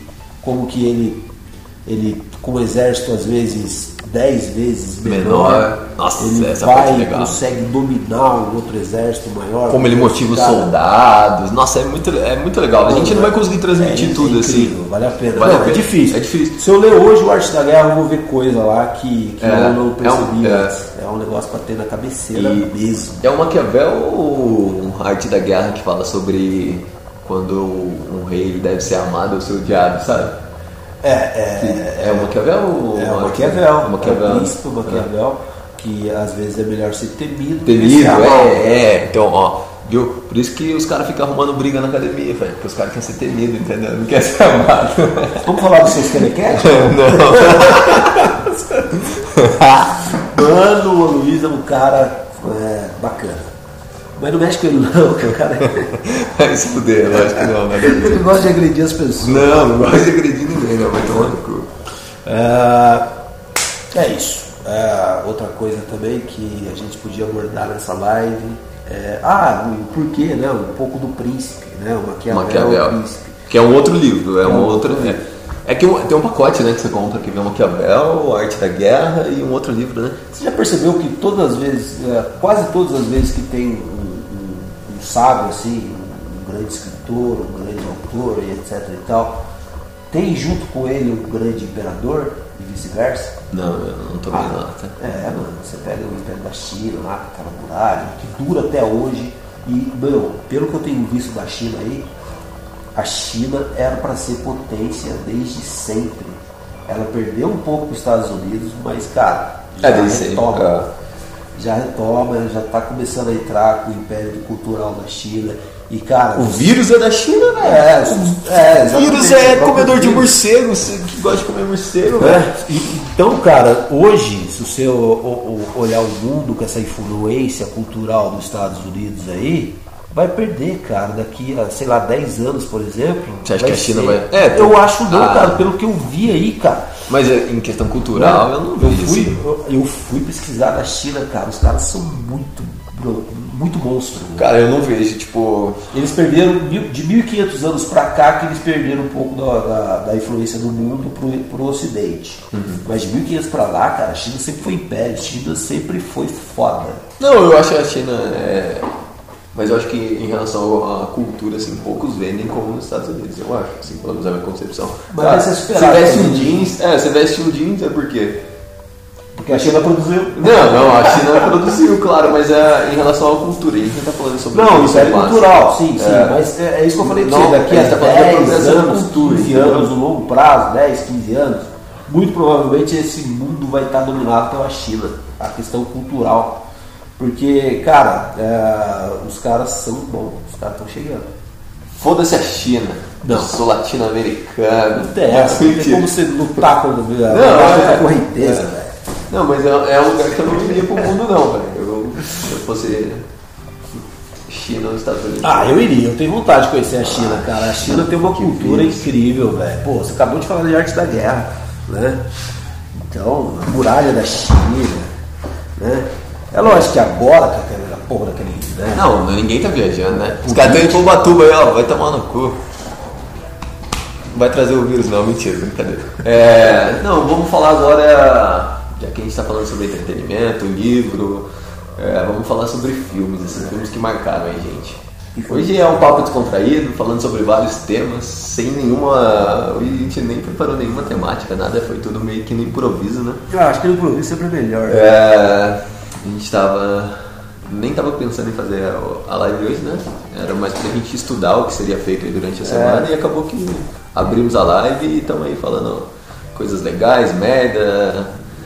com um exército às vezes 10 vezes menor. Nossa, ele essa parte é legal. Consegue dominar um outro exército maior. Como ele motiva os soldados. Nossa, é muito legal. A gente não vai conseguir transmitir tudo incrível, assim. Vale a pena. É difícil. Se eu ler hoje o Arte da Guerra, eu vou ver coisa lá que eu não percebi antes. É um negócio pra ter na cabeceira mesmo. É o Maquiavel ou a Arte da Guerra que fala sobre quando um rei deve ser amado ou ser odiado, sabe? É o Maquiavel? É o Maquiavel. É o príncipe Maquiavel, que às vezes é melhor ser temido. Então, ó, viu? Por isso que os caras ficam arrumando briga na academia, velho. Porque os caras querem ser temidos, entendeu? Não querem ser amados. Vamos falar dos seus telequetes? Não. Mano, o Luiz é um cara bacana. Mas não mexe com ele não, que o cara vai se fuder, eu acho que não, né? Ele gosta de agredir as pessoas. Não gosta de agredir ninguém, não, vai tomar no cu. É isso. Outra coisa também que a gente podia abordar nessa live o porquê, né? Um pouco do príncipe, né? O Maquiavel. Príncipe. Que é um outro livro, É que tem um pacote, né, que você compra que vem o Maquiavel, a Arte da Guerra e um outro livro, né? Você já percebeu que todas as vezes, quase todas as vezes que tem um sábio assim, um grande escritor, um grande autor e etc e tal, tem junto com ele um grande imperador e vice-versa? Não, eu não tô vendo nada. Mano, você pega o Império da China lá, com aquela muralha, que dura até hoje. E, pelo que eu tenho visto da China aí, a China era para ser potência desde sempre. Ela perdeu um pouco os Estados Unidos, mas, cara, já retoma, já está começando a entrar com o Império Cultural da China. E, cara, o vírus é da China, né? O vírus é comedor de morcego, você que gosta de comer morcego, né? Então, cara, hoje, se você olhar o mundo com essa influência cultural dos Estados Unidos aí, vai perder, cara, daqui a, sei lá, 10 anos, por exemplo. Você acha que a China vai... Eu acho não, cara, pelo que eu vi aí, cara. Mas em questão cultural, eu não vejo isso. Eu fui pesquisar na China, cara, os caras são muito muito monstro. Né? Cara, eu não vejo, tipo... Eles perderam, de 1500 anos pra cá, que eles perderam um pouco da influência do mundo pro Ocidente. Mas de 1500 pra lá, cara, a China sempre foi império, a China sempre foi foda. Não, eu acho a China... Mas eu acho que em relação à cultura, assim, poucos vendem como nos Estados Unidos, eu acho, assim, pelo menos é a minha concepção. Mas Cara, essa é você esperada, veste um né? jeans, você veste um jeans é por quê? Porque a China produziu. Não, a China produziu, claro, mas em relação à cultura, a gente não tá falando sobre Não, isso é massa. cultural, sim, mas é isso que eu falei pra Não, você, daqui a a gente tá falando da 10 progressão da anos, cultura, 15 entendeu? anos, no longo prazo, 10, 15 anos, muito provavelmente esse mundo vai estar dominado pela China, a questão cultural. Porque, cara, os caras são bons, os caras estão chegando. Foda-se a China. Não. Eu sou latino-americano. Não tem essa, não tem como você lutar contra a correnteza, velho. Não, mas é um lugar que eu não iria pro mundo, não, velho. Se eu fosse China ou Estados Unidos. Ah, eu iria, eu tenho vontade de conhecer a China, cara. A China tem uma cultura incrível, velho. Pô, você acabou de falar de arte da guerra, né? Então, a muralha da China, né? É lógico que agora, com aquela porra daquele, né? Não, ninguém tá viajando, né? Os caras estão em Ubatuba aí, ó, vai tomar no cu. Não vai trazer o vírus, não, mentira, brincadeira. Não, vamos falar agora, já que a gente tá falando sobre entretenimento, livro, vamos falar sobre filmes, esses filmes que marcaram aí, gente. Hoje é um papo descontraído, falando sobre vários temas, sem nenhuma. Hoje a gente nem preparou nenhuma temática, nada, foi tudo meio que no improviso, né? Eu acho que no improviso sempre é melhor. A gente nem tava pensando em fazer a live hoje, né? Era mais pra gente estudar o que seria feito aí durante a semana e acabou que abrimos a live e estamos aí falando coisas legais, merda,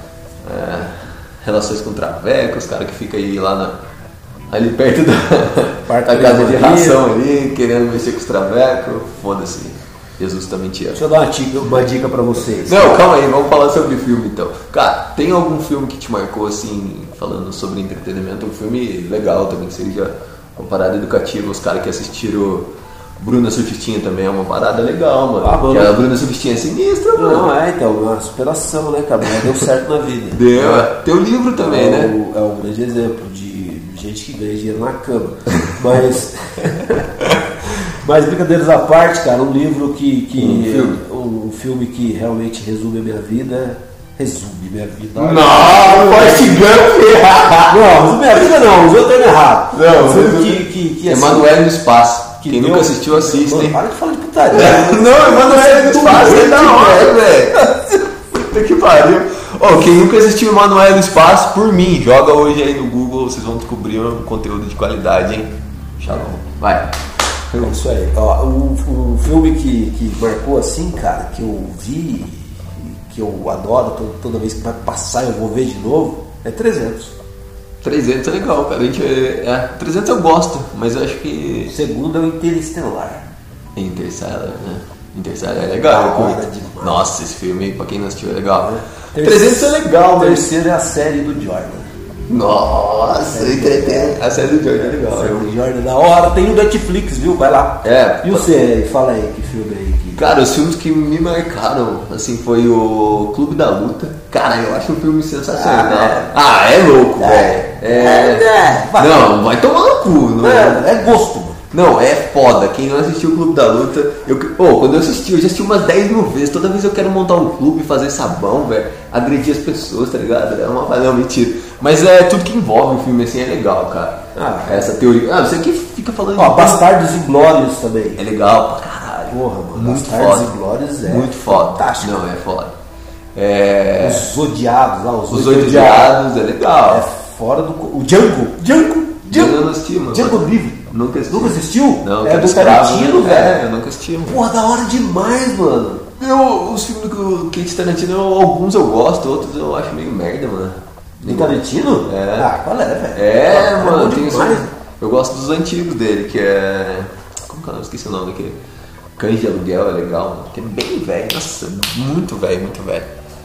relações com travecos, cara que fica aí ali perto da casa de ração ali, querendo mexer com os travecos, foda-se. Jesus também te ama. Deixa eu dar uma dica pra vocês. Não, calma aí, vamos falar sobre filme então. Cara, tem algum filme que te marcou assim, falando sobre entretenimento? Um filme legal também, que seja uma parada educativa. Os caras que assistiram Bruna Surfistinha também é uma parada legal, mano. Porque a Bruna Surfistinha é sinistra, mano. Não, então, uma superação, né, cara? Deu certo na vida. Deu. Tem o livro também, né? É um grande exemplo de gente que ganha dinheiro na cama. Mas brincadeiras à parte, cara, um livro um filme que realmente resume a minha vida. Resume minha vida. Não, Forrest Gump! Não, resume minha vida não, usou o termo errado. Não, um filme que Emanuele no Espaço. Quem nunca assistiu, assiste, Mano, hein? para de falar de putaria. Não, Emanuele no Espaço é da hora, velho. Puta que pariu. Quem nunca assistiu Emanuele no Espaço, por mim, joga hoje aí no Google, vocês vão descobrir um conteúdo de qualidade, hein? Shalom. Vai. É isso aí. Um filme que marcou assim, cara, que eu vi, que eu adoro, toda vez que vai passar eu vou ver de novo, é 300. 300 é legal, cara. 300 eu gosto, mas eu acho que... O segundo é o Interestelar. Interstellar, né? Interstellar é legal. Da hora demais. Nossa, esse filme, pra quem não assistiu, é legal. É. 300 é legal, O mas... terceiro é a série do Jordan. Nossa, a série do Jordan é legal. A série do Jordan é da hora. Tem no Netflix, viu? Vai lá. E você, fala aí, que filme aí? Cara, os filmes que me marcaram, assim, foi o Clube da Luta. Cara, eu acho um filme sensacional. É louco, velho. Não, vai tomar no cu. Não é gosto, mano. Não, é foda. Quem não assistiu o Clube da Luta... quando eu assisti, eu já assisti umas 10 mil vezes. Toda vez eu quero montar um clube, fazer sabão, velho. Agredir as pessoas, tá ligado? Não, mentira. Mas tudo que envolve o filme, assim, é legal, cara. Essa teoria... você que fica falando... Bastardos Inglórios também. É legal pra caralho. Porra, mano. Muito Bastardos foda. Inglórios é muito foda. fantástico. Não, é foda. Os Odiados lá, Os Oito Odiados é legal. É fora do... O Django. Eu não assisti, mano. Django Livre. Nunca assisti. Nunca assistiu? Não, é do Tarantino, velho. Eu nunca assisti, mano. Porra, da hora demais, mano. Os filmes do Quentin Tarantino, alguns eu gosto, outros eu acho meio merda, mano. Do Tarantino? Qual é, velho? Mano, tem eu gosto dos antigos dele, que é... Como que eu esqueci o nome aqui? Cães de Aluguel é legal, mano. Que é bem velho, nossa, muito velho, muito velho.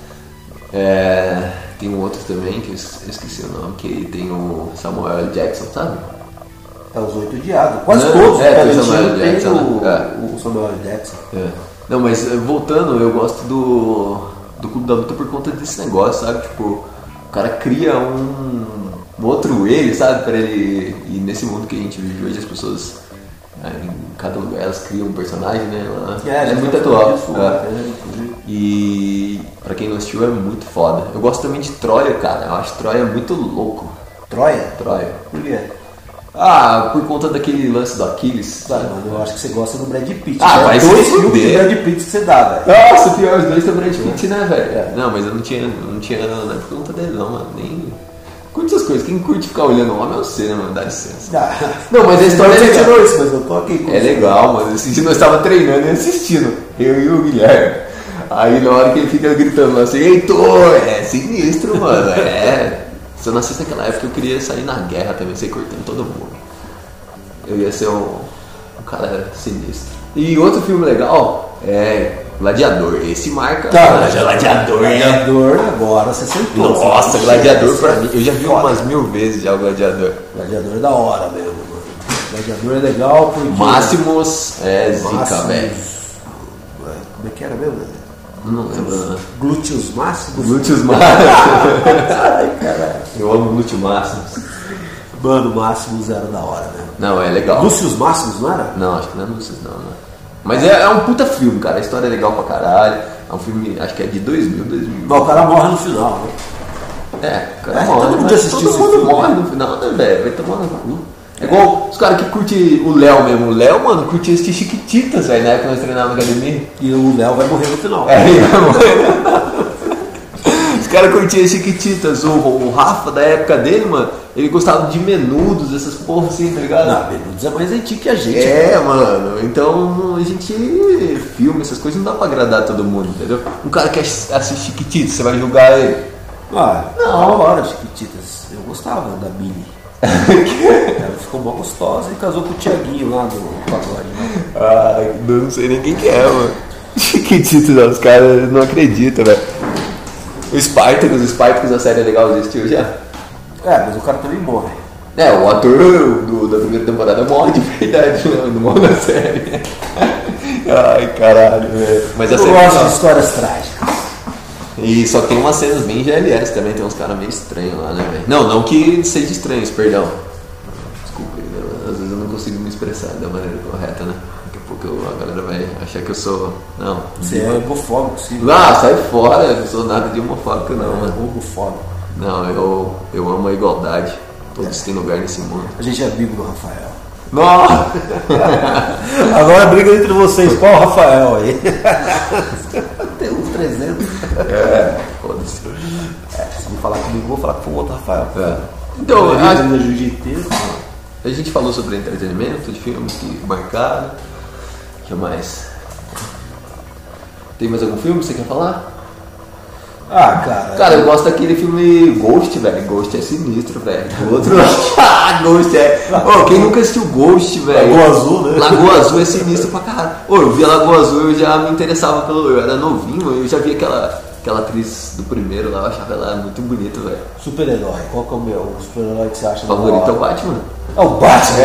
Tem um outro também, que eu esqueci o nome, que tem o Samuel L. Jackson, sabe? É os Oito Odiados. Quase todos. Tem o Samuel L. Jackson, o Samuel L. Jackson. Não, mas voltando, eu gosto do Clube da Luta por conta desse negócio, sabe? Tipo, o cara cria um outro ele, sabe? Pra ele. E nesse mundo que a gente vive hoje, as pessoas, em cada lugar, elas criam um personagem, né? É muito atual. E pra quem não assistiu, é muito foda. Eu gosto também de Troia, cara. Eu acho Troia muito louco. Troia? Troia. Por quê? Por conta daquele lance do Aquiles, sabe? Mano, eu acho que você gosta do Brad Pitt. Vai se 2 filmes de fuder. Brad Pitt que você dá, velho. Nossa, pior, os dois tem o Brad Pitt, né, velho? Não, mas eu não tinha não é por conta dele, não, mano. Nem curte essas coisas. Quem curte ficar olhando o homem é você, né, mano? Dá licença. Não, mas a história é Você legal. tirou isso, mas eu tô aqui com É legal, mano. Esse dia nós estávamos treinando e assistindo. Eu e o Guilherme. Aí na hora que ele fica gritando lá assim, Heitor, é sinistro, mano. Se eu nascesse naquela época, eu queria sair na guerra também, sair cortando todo mundo. Eu ia ser um cara sinistro. E outro filme legal é Gladiador. Esse marca. Gladiador, Gladiador, agora você sentou. Nossa, Gladiador pra mim. Eu já vi umas 1000 vezes já o Gladiador. Gladiador é da hora mesmo, mano. Gladiador é legal porque. Máximos é zica, velho. Como é que era mesmo? Não lembro, né? Glúteos máximos? Glúteos máximos. Ai, caralho. Eu amo glúteos máximos. Mano, Máximos era da hora, né? Não, é legal. Lúcius Máximos, não era? Não, acho que não é Lúcius, não. Mas é um puta filme, cara. A história é legal pra caralho. É um filme, acho que é de 2000. Mas o cara morre no final, né? O cara morre. Todo mundo Mas assistiu todo esse mundo filme. morre no final, né, velho? Vai tomar no cu. É igual os caras que curtem o Léo mesmo. O Léo, mano, curtia assistir Chiquititas, velho, na época que nós treinávamos na academia. E o Léo vai morrer no final. Ele vai morrer. Os caras curtiam Chiquititas. O Rafa, da época dele, mano, ele gostava de Menudos, essas porra assim, tá ligado? Não, Menudos é mais antigo que a gente. Mano, então a gente filme, essas coisas não dá pra agradar todo mundo, entendeu? Um cara que assiste Chiquititas, você vai julgar ele? Ah, não, hora, Chiquititas. Eu gostava da Billy. Ela ficou mó gostosa e casou com o Thiaguinho lá do pagode, né? Não sei nem quem que é, mano. Chiquititas, os caras não acreditam, velho. O Spartacus, a série legal, existiu já? Mas o cara também morre. O ator da primeira temporada morre de verdade, não morre na série. Ai, caralho, velho. Mas a Eu série gosto não. de histórias trágicas. E só tem umas cenas bem GLS também, tem uns caras meio estranhos lá, né, velho? Não que seja estranhos, perdão. Desculpa, às vezes eu não consigo me expressar da maneira correta, né? Daqui a pouco a galera vai achar que eu sou... Não. Você é homofóbico, sim. Sai fora, eu não sou nada de homofóbico, não, mano. Homofóbico. Não, eu amo a igualdade. Todos têm lugar nesse mundo. A gente é amigo do Rafael. Nossa! Agora briga entre vocês. Qual o Rafael aí? Tem uns 300. Foda-se. Se não falar comigo, eu vou falar com o outro Rafael. Então, da jiu-jiteiro. a gente falou sobre entretenimento, de filmes que marcaram. O que mais? Tem mais algum filme que você quer falar? Cara, eu gosto daquele filme Ghost, velho. Ghost é sinistro, velho. Outro. Ghost é. Quem nunca assistiu Ghost, velho? Lagoa Azul, né? Lagoa Azul é sinistro pra caralho. Eu vi a Lagoa Azul, eu já me interessava pelo. Eu era novinho, eu já vi aquela atriz do primeiro lá, eu achava ela muito bonita, velho. super-herói. Qual que é o super-herói que você acha O favorito é da o hora? Batman. É o Batman.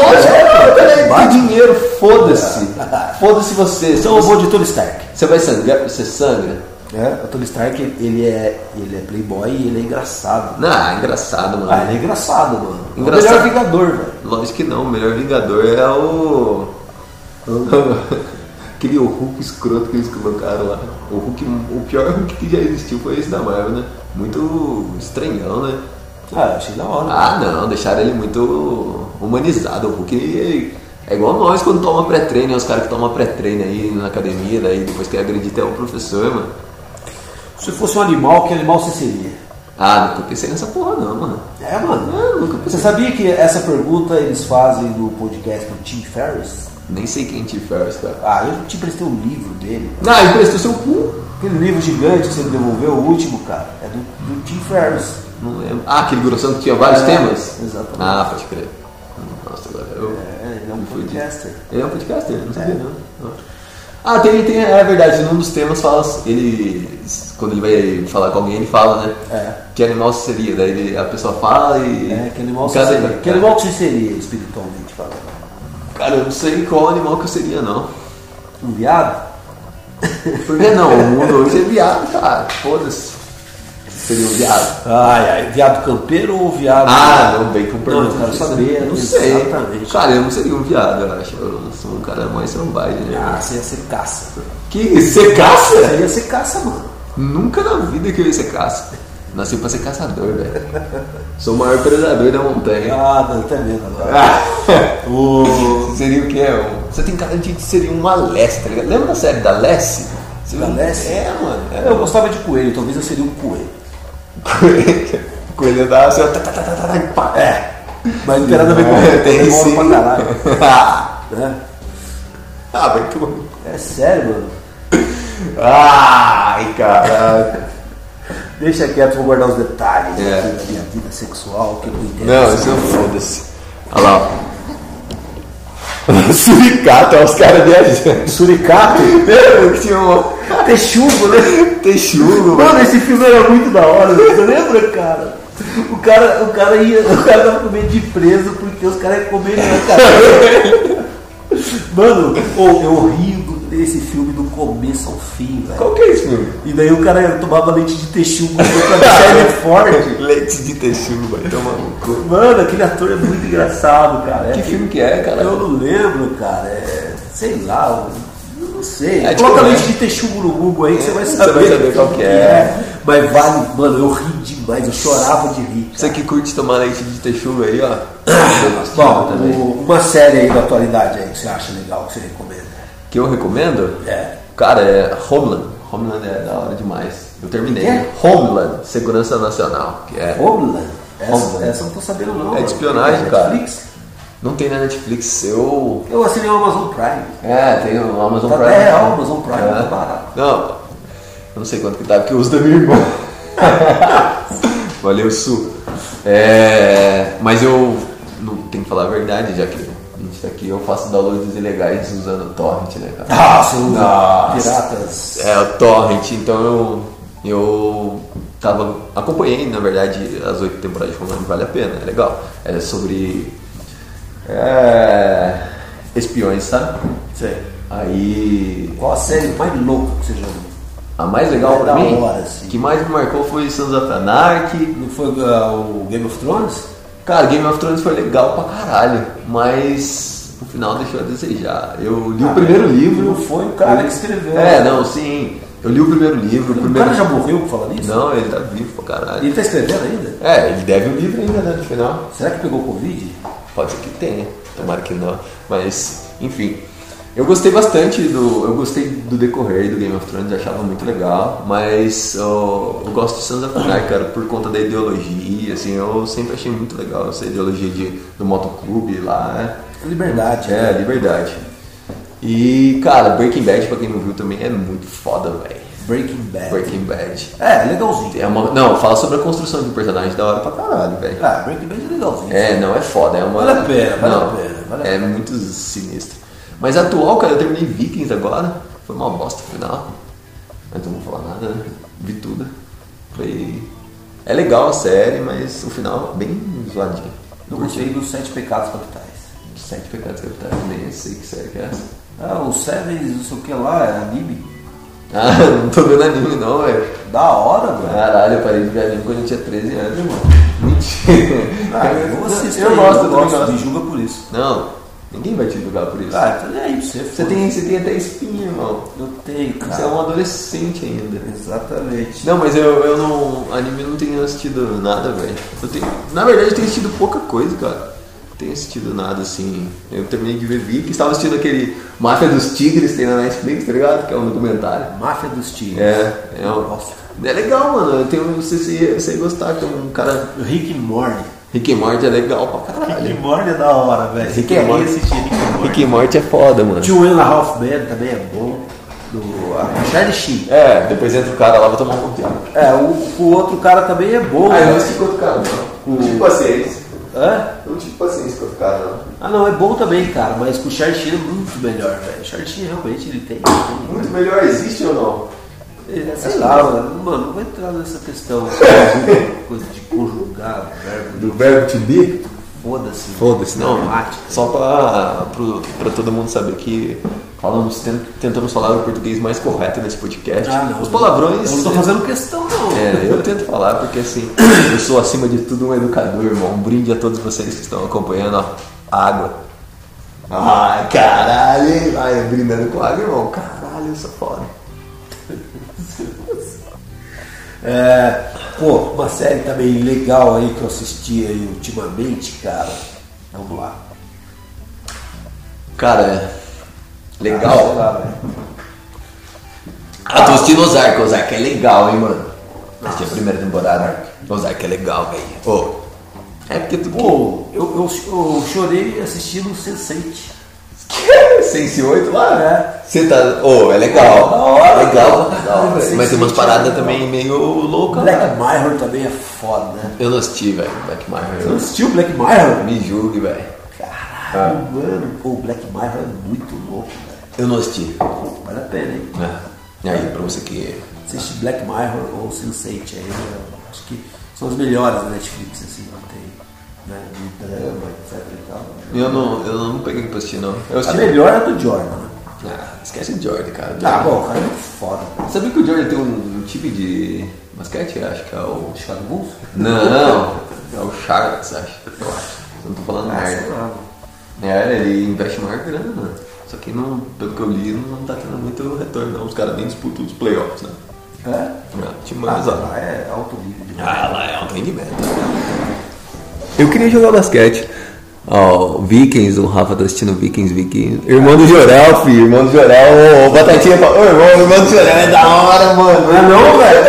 Tem dinheiro, foda-se. Foda-se você. Então eu vou de Tony Stark. Você vai sangrar, você sangra? O Tony Stark, ele é playboy e ele é engraçado. Não, é engraçado, mano. Ele é engraçado, mano. Engraçado. É o melhor Vingador, velho. Lógico que não, o melhor Vingador é o. Aquele Hulk escroto que eles colocaram lá. O pior Hulk que já existiu foi esse da Marvel, né? Muito estranhão, né? Achei da hora. Não, deixaram ele muito humanizado. O Hulk é igual nós quando toma pré-treino, os caras que tomam pré-treino aí na academia, daí depois que acredita é o professor, mano. Se fosse um animal, que animal você seria? Nunca pensei nessa porra não, mano. Mano. Nunca pensei. Você sabia que essa pergunta eles fazem no podcast do Tim Ferriss? Nem sei quem é Tim Ferriss, cara. Eu te prestei um livro dele. Ele prestou seu cu. Aquele livro gigante que você me devolveu, o último, cara, é do Tim Ferriss. Não lembro. Aquele grossão que tinha vários temas? Exatamente. Pode crer. Nossa, agora Ele é um podcaster. Ele é um podcaster? Não sabia não. É verdade, num dos temas fala, quando ele vai falar com alguém, ele fala, né? Que animal você seria, daí a pessoa fala e... Que animal você seria? Que animal que você seria, espiritualmente falando? Cara, eu não sei qual animal que eu seria, não. Um viado? Por que não? O mundo hoje é viado, cara. Foda-se. Seria um viado? Ai, viado campeiro ou viado... Não, bem com Não, pergunta. eu quero saber. Não sei. Exatamente. Cara, eu não seria um viado, eu acho. Eu sou um cara mais selvagem, né? Você ia ser caça. Que? Você caça? Você ia ser caça, mano. Nunca na vida que eu ia ser caça. Nasci pra ser caçador, velho. Sou o maior predador da montanha. Não tá vendo agora. Seria o quê? Você tem cara de que seria uma Lessie, tá ligado? Lembra da série da Lessie? Da Lessie? É, mano. Eu gostava de coelho, talvez eu seria um coelho. Coelho da assim, Mas não tem nada a ver com ele. Tem Tem sim. pra caralho. Né? Vai tomar. É sério, mano. Ai, caralho. Deixa quieto, vou guardar os detalhes É. aqui da minha vida sexual, que eu não entendo. Não, isso foda-se. Olha lá, ó. Suricato, é os caras viajando. Suricato? Lembra que tinha um Texugo, né? texugo, Mano, esse filme era muito da hora, você lembra, cara? O cara tava com medo de ir preso porque os caras iam comer ele na cadeia. Mano, eu rio desse filme do começo ao fim, velho. Qual que é esse filme? E daí o cara tomava leite de texugo pra deixar ele forte. Leite de texugo, vai tomar no cu. Mano, aquele ator é muito engraçado, cara. Que filme que é, cara? Eu não lembro, cara. Sei lá, eu não sei. É, Coloca tipo, leite de texugo no Google aí que você vai Você saber. vai saber qual que é. Mas vale, mano, eu ri demais, eu chorava de rir. Você que curte tomar leite de texugo aí, ó. Bom, uma série aí da atualidade aí que você acha legal, que você recomenda? Que eu recomendo? É. Cara, é Homeland. Homeland é da hora demais. Eu terminei. É? Homeland, Segurança Nacional. Que é... Homeland? Homeland. Essa eu não tô sabendo não. É de espionagem, cara. Netflix? Não tem na Netflix. Eu assinei o Amazon Prime. tem o Amazon Tá Prime. até real, o Amazon Prime, tá barato. Não, eu não sei quanto que tá, porque eu uso da minha irmã. Valeu, Su. Mas eu não tenho que falar a verdade, já que a gente tá aqui, eu faço downloads ilegais usando o Torrent, né, cara? Você usa Nossa. piratas. O Torrent, então eu acompanhei, na verdade, as 8 temporadas de Homeland, vale a pena, é legal. É sobre espiões, sabe? Sei. Aí Qual a série mais louca que você já viu? a mais legal É pra da mim, hora, assim. que mais me marcou foi Sons of Anarchy. Não foi o Game of Thrones? Cara, Game of Thrones foi legal pra caralho, mas no final deixou a desejar. Eu li o primeiro livro. Não foi o cara que escreveu. Não, sim. Eu li o primeiro livro. O cara já morreu por falar nisso? Não, ele tá vivo pra caralho. Ele tá escrevendo ainda? Ele deve o livro ainda, né, no final. Será que pegou Covid? Pode ser que tenha, tomara que não. Mas, enfim. Eu gostei bastante eu gostei do decorrer do Game of Thrones, achava muito legal, mas eu gosto de Sons of Anarchy, cara, por conta da ideologia, assim, eu sempre achei muito legal essa ideologia do motoclube lá, né? Liberdade. Liberdade. E, cara, Breaking Bad, pra quem não viu também, é muito foda, velho. Breaking Bad. Breaking Bad. Legalzinho. Não, fala sobre a construção de um personagem da hora pra caralho, velho. Breaking Bad é legalzinho. Não, é foda. Vale a pena, vale a pena. É muito sinistro. Mas atual, cara, eu terminei Vikings agora. Foi uma bosta no final. Mas não vou falar nada, né? Vi tudo. É legal a série, mas o final é bem zoadinho. Eu gostei dos 7 Pecados Capitais. 7 Pecados Capitais, nem sei que série que é essa. O Seven, não sei o que lá, é anime. Não tô vendo anime não, velho. Da hora, velho. Caralho, eu parei de ver anime quando eu tinha 13 anos, irmão. Mentira. Eu assisto, eu gosto, me julga por isso. Não, ninguém vai te julgar por isso. Então é aí pra você. Você tem até espinha, irmão. Eu tenho, cara. Você é um adolescente ainda. Exatamente. Não, mas eu não. Anime não tenho assistido nada, velho. Na verdade, eu tenho assistido pouca coisa, cara. Não tenho assistido nada assim. Eu terminei de ver Vikings, estava assistindo aquele Máfia dos Tigres, tem na Netflix, tá ligado? Que é um documentário. Máfia dos Tigres. É legal, mano. Você ia gostar, que é um cara. Rick and Morty. Rick and Morty é legal pra caralho. Rick and Morty é da hora, velho. Rick and Morty. Assistir Rick and Morty. Rick and Morty é foda, mano. Two and a Half Men também é bom. A Charlie Sheen. Depois entra o cara lá, vou tomar um tempo. O outro cara também é bom. Eu não assisti com outro cara, não. Não tive paciência. Eu não tive paciência com outro cara, não. Não, é bom também, cara, mas com o Charlie Sheen é muito melhor, velho. O Charlie Sheen realmente ele tem. Muito melhor, existe ou não? Sei lá, mano, não vai entrar nessa questão. Coisa de conjugar, verbo. Do verbo to be? Foda-se, não. gramática. Só pra todo mundo saber que tentamos falar o português mais correto nesse podcast. Não, os palavrões. Eu não tô fazendo questão, não. Eu tento falar porque assim, eu sou acima de tudo um educador, irmão. Um brinde a todos vocês que estão acompanhando a água. Ai, caralho, hein? Ai, brindando com água, irmão. Caralho, eu sou foda. Uma série também legal aí que eu assisti aí ultimamente, cara. Vamos lá. Cara, legal. Sei lá, velho. Eu tô assistindo Ozark é legal, hein, mano. Assisti a primeira temporada. Ozark é legal, velho. É porque tu. Eu chorei assistindo Sense8. Sense 8 lá? Você tá. É legal. Da hora, legal. cara. Mas tem umas paradas também meio loucas. Black Mirror também é foda, né? Eu não assisti, velho. Black Você não Mirror. assistiu Black Mirror? Me julgue, velho. Caralho, mano. O Black Mirror é muito louco, velho. Eu não assisti. Vale a pena, hein? E aí, pra você que. Assiste Black Mirror ou Sense8 aí, eu acho que são os melhores da Netflix, assim, não tem, né, de drama, etc e tal. Eu não peguei pra assistir, não. Eu A assisti. melhor é a do Jordan, né? Esquece o Jordan, cara. Bom, o cara é muito foda. Sabia que o Jordan tem um time de basquete? Acho que é o. Chicago Bulls? Não, é o Charlotte, acho. Eu não tô falando Sei merda. lá, Ele investe maior grana, mano. Só que não, pelo que eu li, não tá tendo muito retorno, não. Os caras nem disputam os playoffs, né? Time mais alto. lá é alto nível de Lá é alto rendimento. Eu queria jogar basquete. Vikings, o Rafa tá assistindo Vikings. Irmão do Jorel, filho. Irmão do Jorel. O Batatinha falou, irmão do Jorel é da hora, mano. Não é não, velho?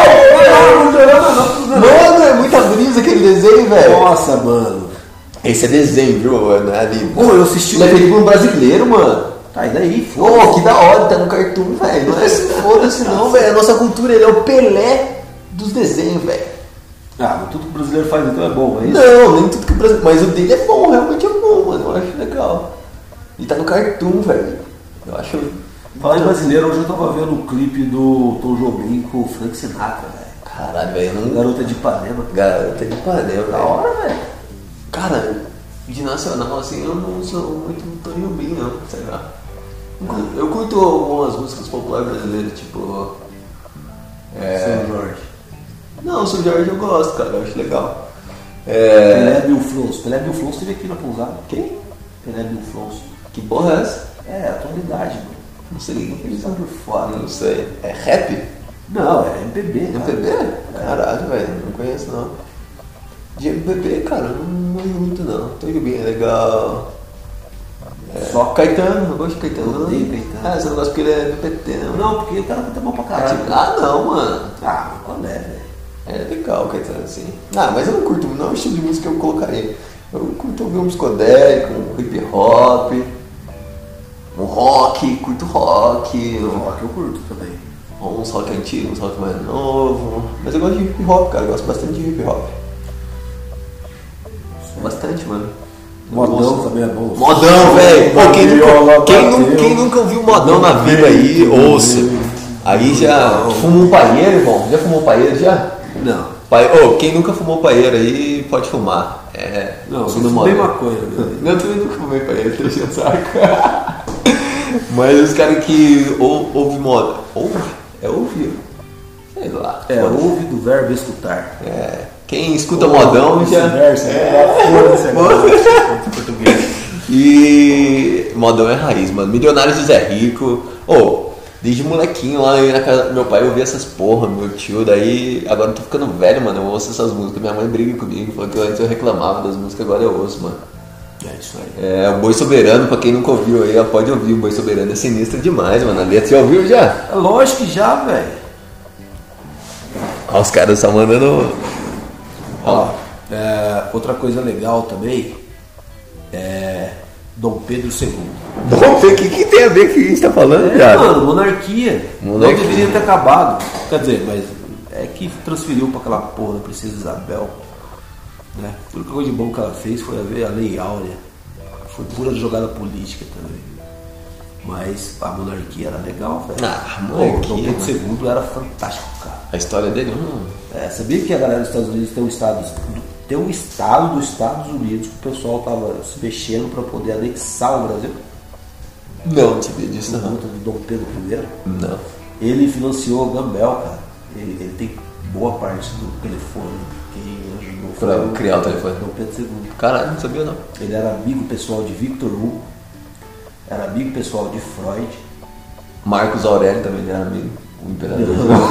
Mano, é muita brisa aquele desenho, velho. Nossa, mano. Esse é desenho, viu? Não é anime. Eu assisti Ele é feito por um brasileiro, mano. Tá, e daí? Que da hora, tá no cartoon, velho. Não é assim, foda-se não, velho. A nossa cultura, ele é o Pelé dos desenhos, velho. Mas tudo que o brasileiro faz então é bom, é isso? Não, nem tudo que o brasileiro. Mas o dele é bom, realmente é bom, mano. Eu acho legal. E tá no cartoon, velho. Eu acho. Falando em brasileiro, hoje eu tava vendo um clipe do Tom Jobim com o Frank Sinatra, velho. Caralho, velho. Eu não. Garota de Ipanema. Garota de Ipanema, Da velho. hora, velho. Cara, de nacional, assim, eu não sou muito Tom Jobim, não. Sei lá. Eu curto algumas músicas populares brasileiras, tipo. São Jorge. Não, o São Jorge eu gosto, cara. Eu acho legal. Pelé Bill Flons. Pelé Bill Flons esteve aqui na pousada. Quem? Pelé Bill Flons. Que porra é essa? É, atualidade, mano. Não sei quem Eles é. estão por fora. Não sei. É rap? Não, é MPB. cara. MPB? Caralho, velho. Não conheço, não. De MPB, cara, eu não manjo muito, não. Tô bem, é legal. Só Caetano, eu gosto de Caetano. Eu odeio Caetano. Você não gosta porque ele é do PT, não. Não, porque o cara canta mal pra caralho. Não, mano. Qual é, velho? É legal o Caetano, assim. Mas eu não curto, não é o estilo de música que eu colocaria. Eu curto ouvir um psicodélico, um hip hop, um rock, curto rock. Rock eu curto também. Uns rock antigos, uns rock mais novo. Mas eu gosto de hip hop, cara. Eu gosto bastante de hip hop. Bastante, mano. Modão também é bom. Modão, velho. Quem nunca ouviu modão na vida aí, ouça. Aí já fumou um paieiro, irmão? Já fumou paieiro já? Não. Quem nunca fumou paieiro aí pode fumar. Não, eu você não fumei maconha, né? Não, eu também nunca fumei paieiro, tô enchendo o saco. Mas os caras que ouvem moda. Ouvir? Sei lá. Ouve do verbo escutar. Quem escuta modão já. Português. E modão é raiz, mano. Milionários do Zé Rico. Desde molequinho lá na casa do meu pai eu ouvia essas porra, meu tio. Daí agora eu tô ficando velho, mano. Eu ouço essas músicas. Minha mãe briga comigo, falou que antes eu reclamava das músicas, agora eu ouço, mano. É isso aí. O Boi Soberano, pra quem nunca ouviu aí, pode ouvir. O Boi Soberano é sinistro demais, mano. A letra, já ouviu já? É lógico que já, velho. Os caras só mandando. Outra coisa legal também é Dom Pedro II. Bom, o que tem a ver com o que a gente tá falando, cara? Mano, monarquia. Não deveria ter acabado. Quer dizer, mas é que transferiu pra aquela porra da Princesa Isabel. Né? Tudo que coisa de bom que ela fez foi a Lei Áurea. Foi pura jogada política também. Mas a monarquia era legal, velho. A monarquia, Dom Pedro II era fantástico, cara. A história dele, Sabia que a galera dos Estados Unidos tem um estado Tem um estado dos Estados Unidos que o pessoal tava se mexendo para poder anexar o Brasil. Não sabia disso, Por não. conta do Dom Pedro I. Não. Ele financiou o Gambel, cara. Ele tem boa parte do telefone. Quem ajudou Pra foi criar o telefone. Dom Pedro II. Caralho, não sabia não. Ele era amigo pessoal de Victor Hugo. Era amigo pessoal de Freud. Marcos Aurélio também era amigo. O imperador.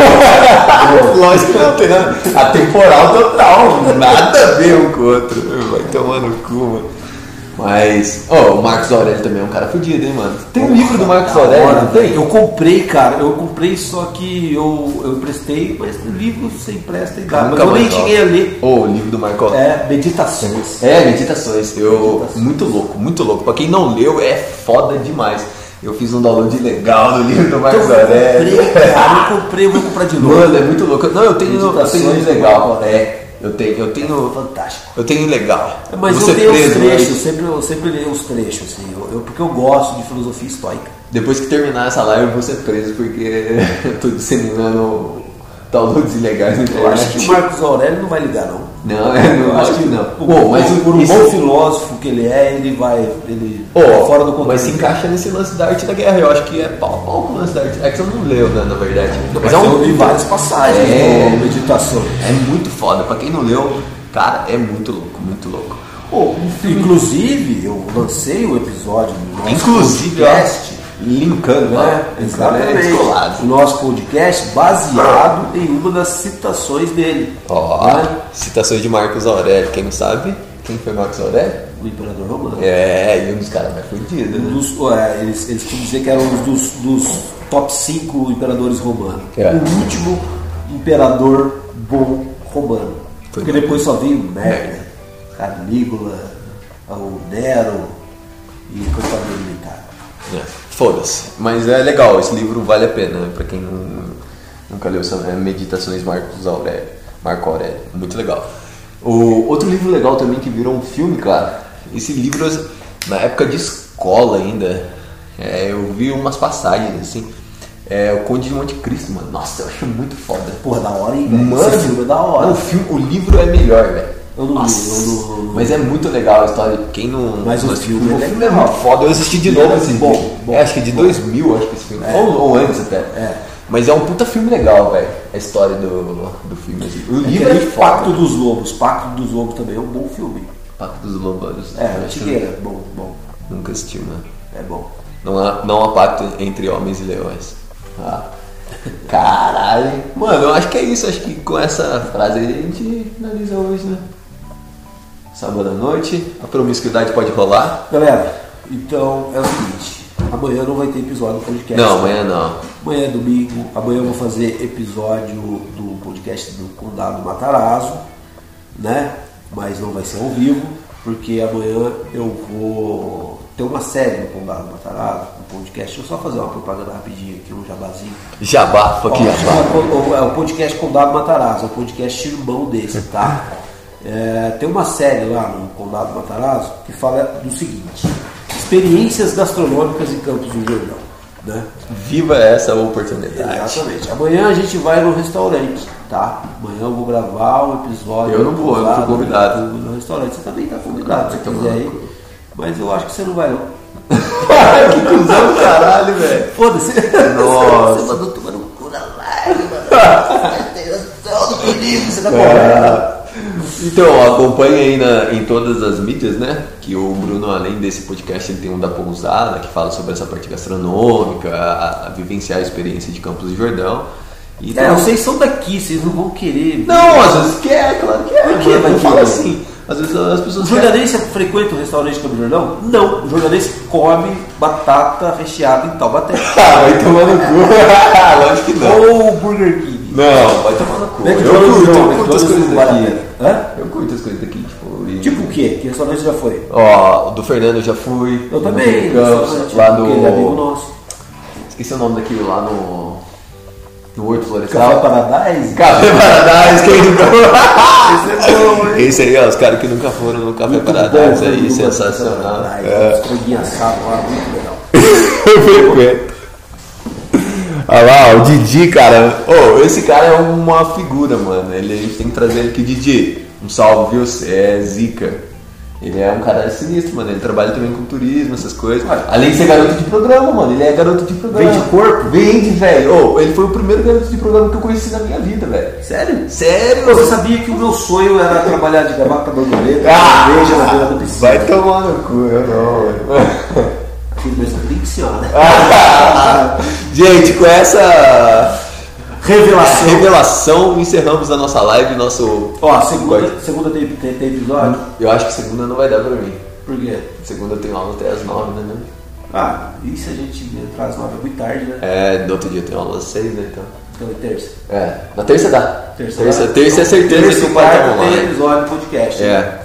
Lógico que não tem nada. Atemporal total. Nada a ver um com o outro. Vai tomar no cu, mano. Mas, o Marcos Aurélio também é um cara fudido, hein, mano? Tem um livro do Marcos Aurélio, não tem? Eu comprei, cara. Eu comprei, só que eu emprestei, mas o livro você empresta e dá. Mas eu nem cheguei a ler. O livro do Marcos Aurélio. Meditações. Meditações. Muito louco, muito louco. Pra quem não leu, é foda demais. Eu fiz um download legal no livro do Marcos Aurélio. Eu comprei, vou comprar de novo. Mano, é muito louco. Não, eu tenho um legal. Eu tenho. Fantástico. Eu tenho legal. Mas Você eu tenho os preso, trechos, eu sempre leio os trechos, assim, porque eu gosto de filosofia estoica. Depois que terminar essa live, eu vou ser preso porque eu tô disseminando downloads ilegais na internet. Eu acho que o Marcos Aurélio não vai ligar, não. Não, eu acho que não. Mas por um bom filósofo que ele é, ele vai fora do contexto. Mas se encaixa nesse lance da arte da guerra. Eu acho que é pau com o lance da arte. É que você não leu, né, na verdade. Mas eu li várias passagens de meditação. É muito foda. Pra quem não leu, cara, é muito louco, muito louco. Inclusive, eu lancei o episódio do nosso podcast. Linkando, né? Exatamente. O nosso podcast baseado em uma das citações dele. Citações de Marcos Aurélio. Quem não sabe, quem foi Marcos Aurélio? O imperador romano. E um dos caras mais fudidos, né? Eles costumam dizer que era um dos top 5 imperadores romanos. O último imperador bom romano. Porque depois só veio Merda, Calígula, o Nero e companhia militar. Foda-se. Mas é legal, esse livro vale a pena, né? Pra quem nunca leu, Meditações Marco Aurélio. Muito legal. O outro livro legal também que virou um filme, cara. Esse livro, na época de escola ainda, eu vi umas passagens assim. O Conde de Monte Cristo, mano. Nossa, eu acho muito foda. Porra, da hora, hein? Mano, esse filme é da hora. O livro é melhor, velho. Eu não li. Mas é muito legal a história. Quem não. Mas o filme é muito foda. Eu assisti de novo esse bom. Acho que é de 2000, acho que esse filme. Ou antes até. Mas é um puta filme legal, velho. A história do filme. Assim. O livro é foda. Pacto dos Lobos. Pacto dos Lobos também é um bom filme. Pacto dos Lobos. Antigueira. Bom. Nunca assisti, mano. É bom. Não há pacto entre homens e leões. Caralho. Mano, eu acho que é isso. Acho que com essa frase aí a gente finaliza hoje, né? Sábado à noite, a promiscuidade pode rolar. Galera, então é o seguinte: amanhã não vai ter episódio do podcast. Não, amanhã não. Amanhã é domingo. Amanhã eu vou fazer episódio do podcast do Condado Matarazzo, né? Mas não vai ser ao vivo, porque amanhã eu vou ter uma série no Condado Matarazzo, um podcast. Deixa eu só fazer uma propaganda rapidinho aqui, um jabazinho. Jabá, fucking É o podcast Condado Matarazzo, é o podcast irmão desse, tá? Tem uma série lá no Condado Matarazzo que fala do seguinte: experiências gastronômicas em Campos do Jordão, né? Viva essa oportunidade. Exatamente. Amanhã a gente vai no restaurante, tá? Amanhã eu vou gravar o episódio. Eu não vou, eu tô convidado. No restaurante, você também tá convidado, se quiser ir. Mas eu acho que você não vai, não. Que cuzão do caralho, velho. Foda-se. Nossa. Você mandou tomar no cu na live, mano. Você tem noção do perigo, você tá correndo. Então, acompanhe aí em todas as mídias, né? Que o Bruno, além desse podcast, ele tem um da Pousada, que fala sobre essa parte gastronômica, a vivenciar a experiência de Campos do Jordão. E vocês são daqui, vocês não vão querer. Não, às vezes quer, claro que é. Por quê? Mas fala assim. Às vezes as pessoas. O jordanense frequenta o restaurante Campos do Jordão? Não. O jordanense come batata recheada em Taubaté. Vai tomar no cu. Lógico que não. Ou Burger King. Não, vai tomar no cu. Eu curto as coisas daqui. Eu curto as coisas daqui, Tipo o quê? Que restaurante já foi? Ó, do Fernando eu já fui. Eu também. Lá no. Ele é amigo nosso. Esqueci o nome daquilo lá no Horto Florestal. Café Paradise? Café Paradise, quem nunca Esse é bom, hein? Esse aí, ó, os caras que nunca foram no Café Paradise aí, sensacional. Os franguinhos assados lá, muito legal. Eu frequento. Olha lá, o Didi, cara. Esse cara é uma figura, mano. A gente tem que trazer ele aqui, Didi. Um salve, viu? É zica. Ele é um cara sinistro, mano. Ele trabalha também com turismo, essas coisas. Além de ser garoto de programa, mano. Ele é garoto de programa. Vende corpo? Vende, velho. Oh, ele foi o primeiro garoto de programa que eu conheci na minha vida, velho. Sério? Sério? Você sabia que o meu sonho era trabalhar de gravata borboleta, cerveja na beira da piscina? Vai tomar no cu, eu não, velho. Aqui mesmo né? Gente, com essa Revelação. encerramos a nossa live, nosso... Ó, segunda tem episódio? Eu acho que segunda não vai dar pra mim. Por quê? Segunda tem aula até às 9, né? Ah, e se a gente entrar às 9 é muito tarde, né? É, no outro dia tem aula às 6, né? Então... Então é terça. É, na terça dá. Terça é certeza que o pai tá tem online. episódio do podcast.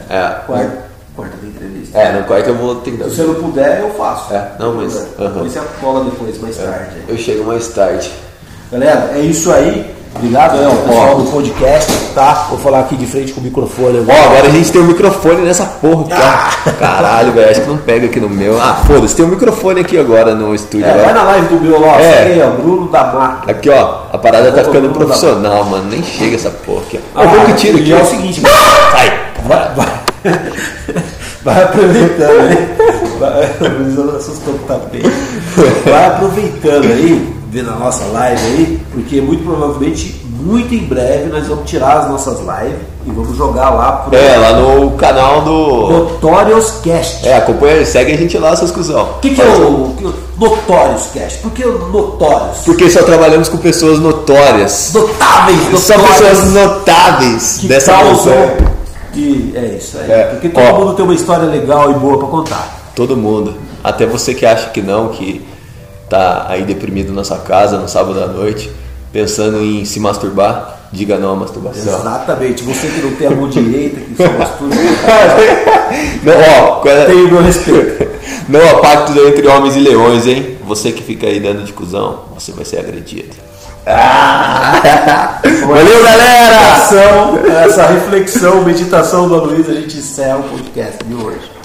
Quarta tem entrevista. É, no quarto eu vou tentar. Se você não puder, eu faço. É, não, mas... Depois você cola mais tarde. Eu chego mais tarde. Galera, é isso aí. Obrigado, pessoal do podcast, tá? Vou falar aqui de frente com o microfone agora. Ó, agora a gente tem um microfone nessa porra aqui, ó. Caralho, velho, acho que não pega aqui no meu. Ah, foda-se, tem um microfone aqui agora no estúdio. Vai na live do meu lá, aí, ó, Bruno da Mata. Aqui, ó, a parada tá ficando profissional, mano. Nem chega essa porra aqui, ó. Vou que tiro aqui. E é o seguinte, sai. Vai aproveitando aí. Assustou com o tapete. Vai aproveitando aí, vendo a nossa live aí, porque muito provavelmente, muito em breve, nós vamos tirar as nossas lives e vamos jogar lá pro. Lá no canal do Notorious Cast. Acompanha, segue a gente lá, seus cuzão. O que é o Notorious Cast? Por que o Notorious? Porque só trabalhamos com pessoas notórias. Notáveis. Só pessoas notáveis que dessa causam. E é isso aí. Porque todo mundo tem uma história legal e boa pra contar. Todo mundo. Até você que acha que não, que tá aí deprimido na sua casa no sábado à noite, pensando em se masturbar, diga não à masturbação. Exatamente. Você que não tem a mão direita, que se masturba. Não, tem o meu respeito. Não há pacto entre homens e leões, hein? Você que fica aí dando de cuzão, você vai ser agredido. Valeu, galera! Essa reflexão, meditação do Luiz, a gente encerra o podcast de hoje.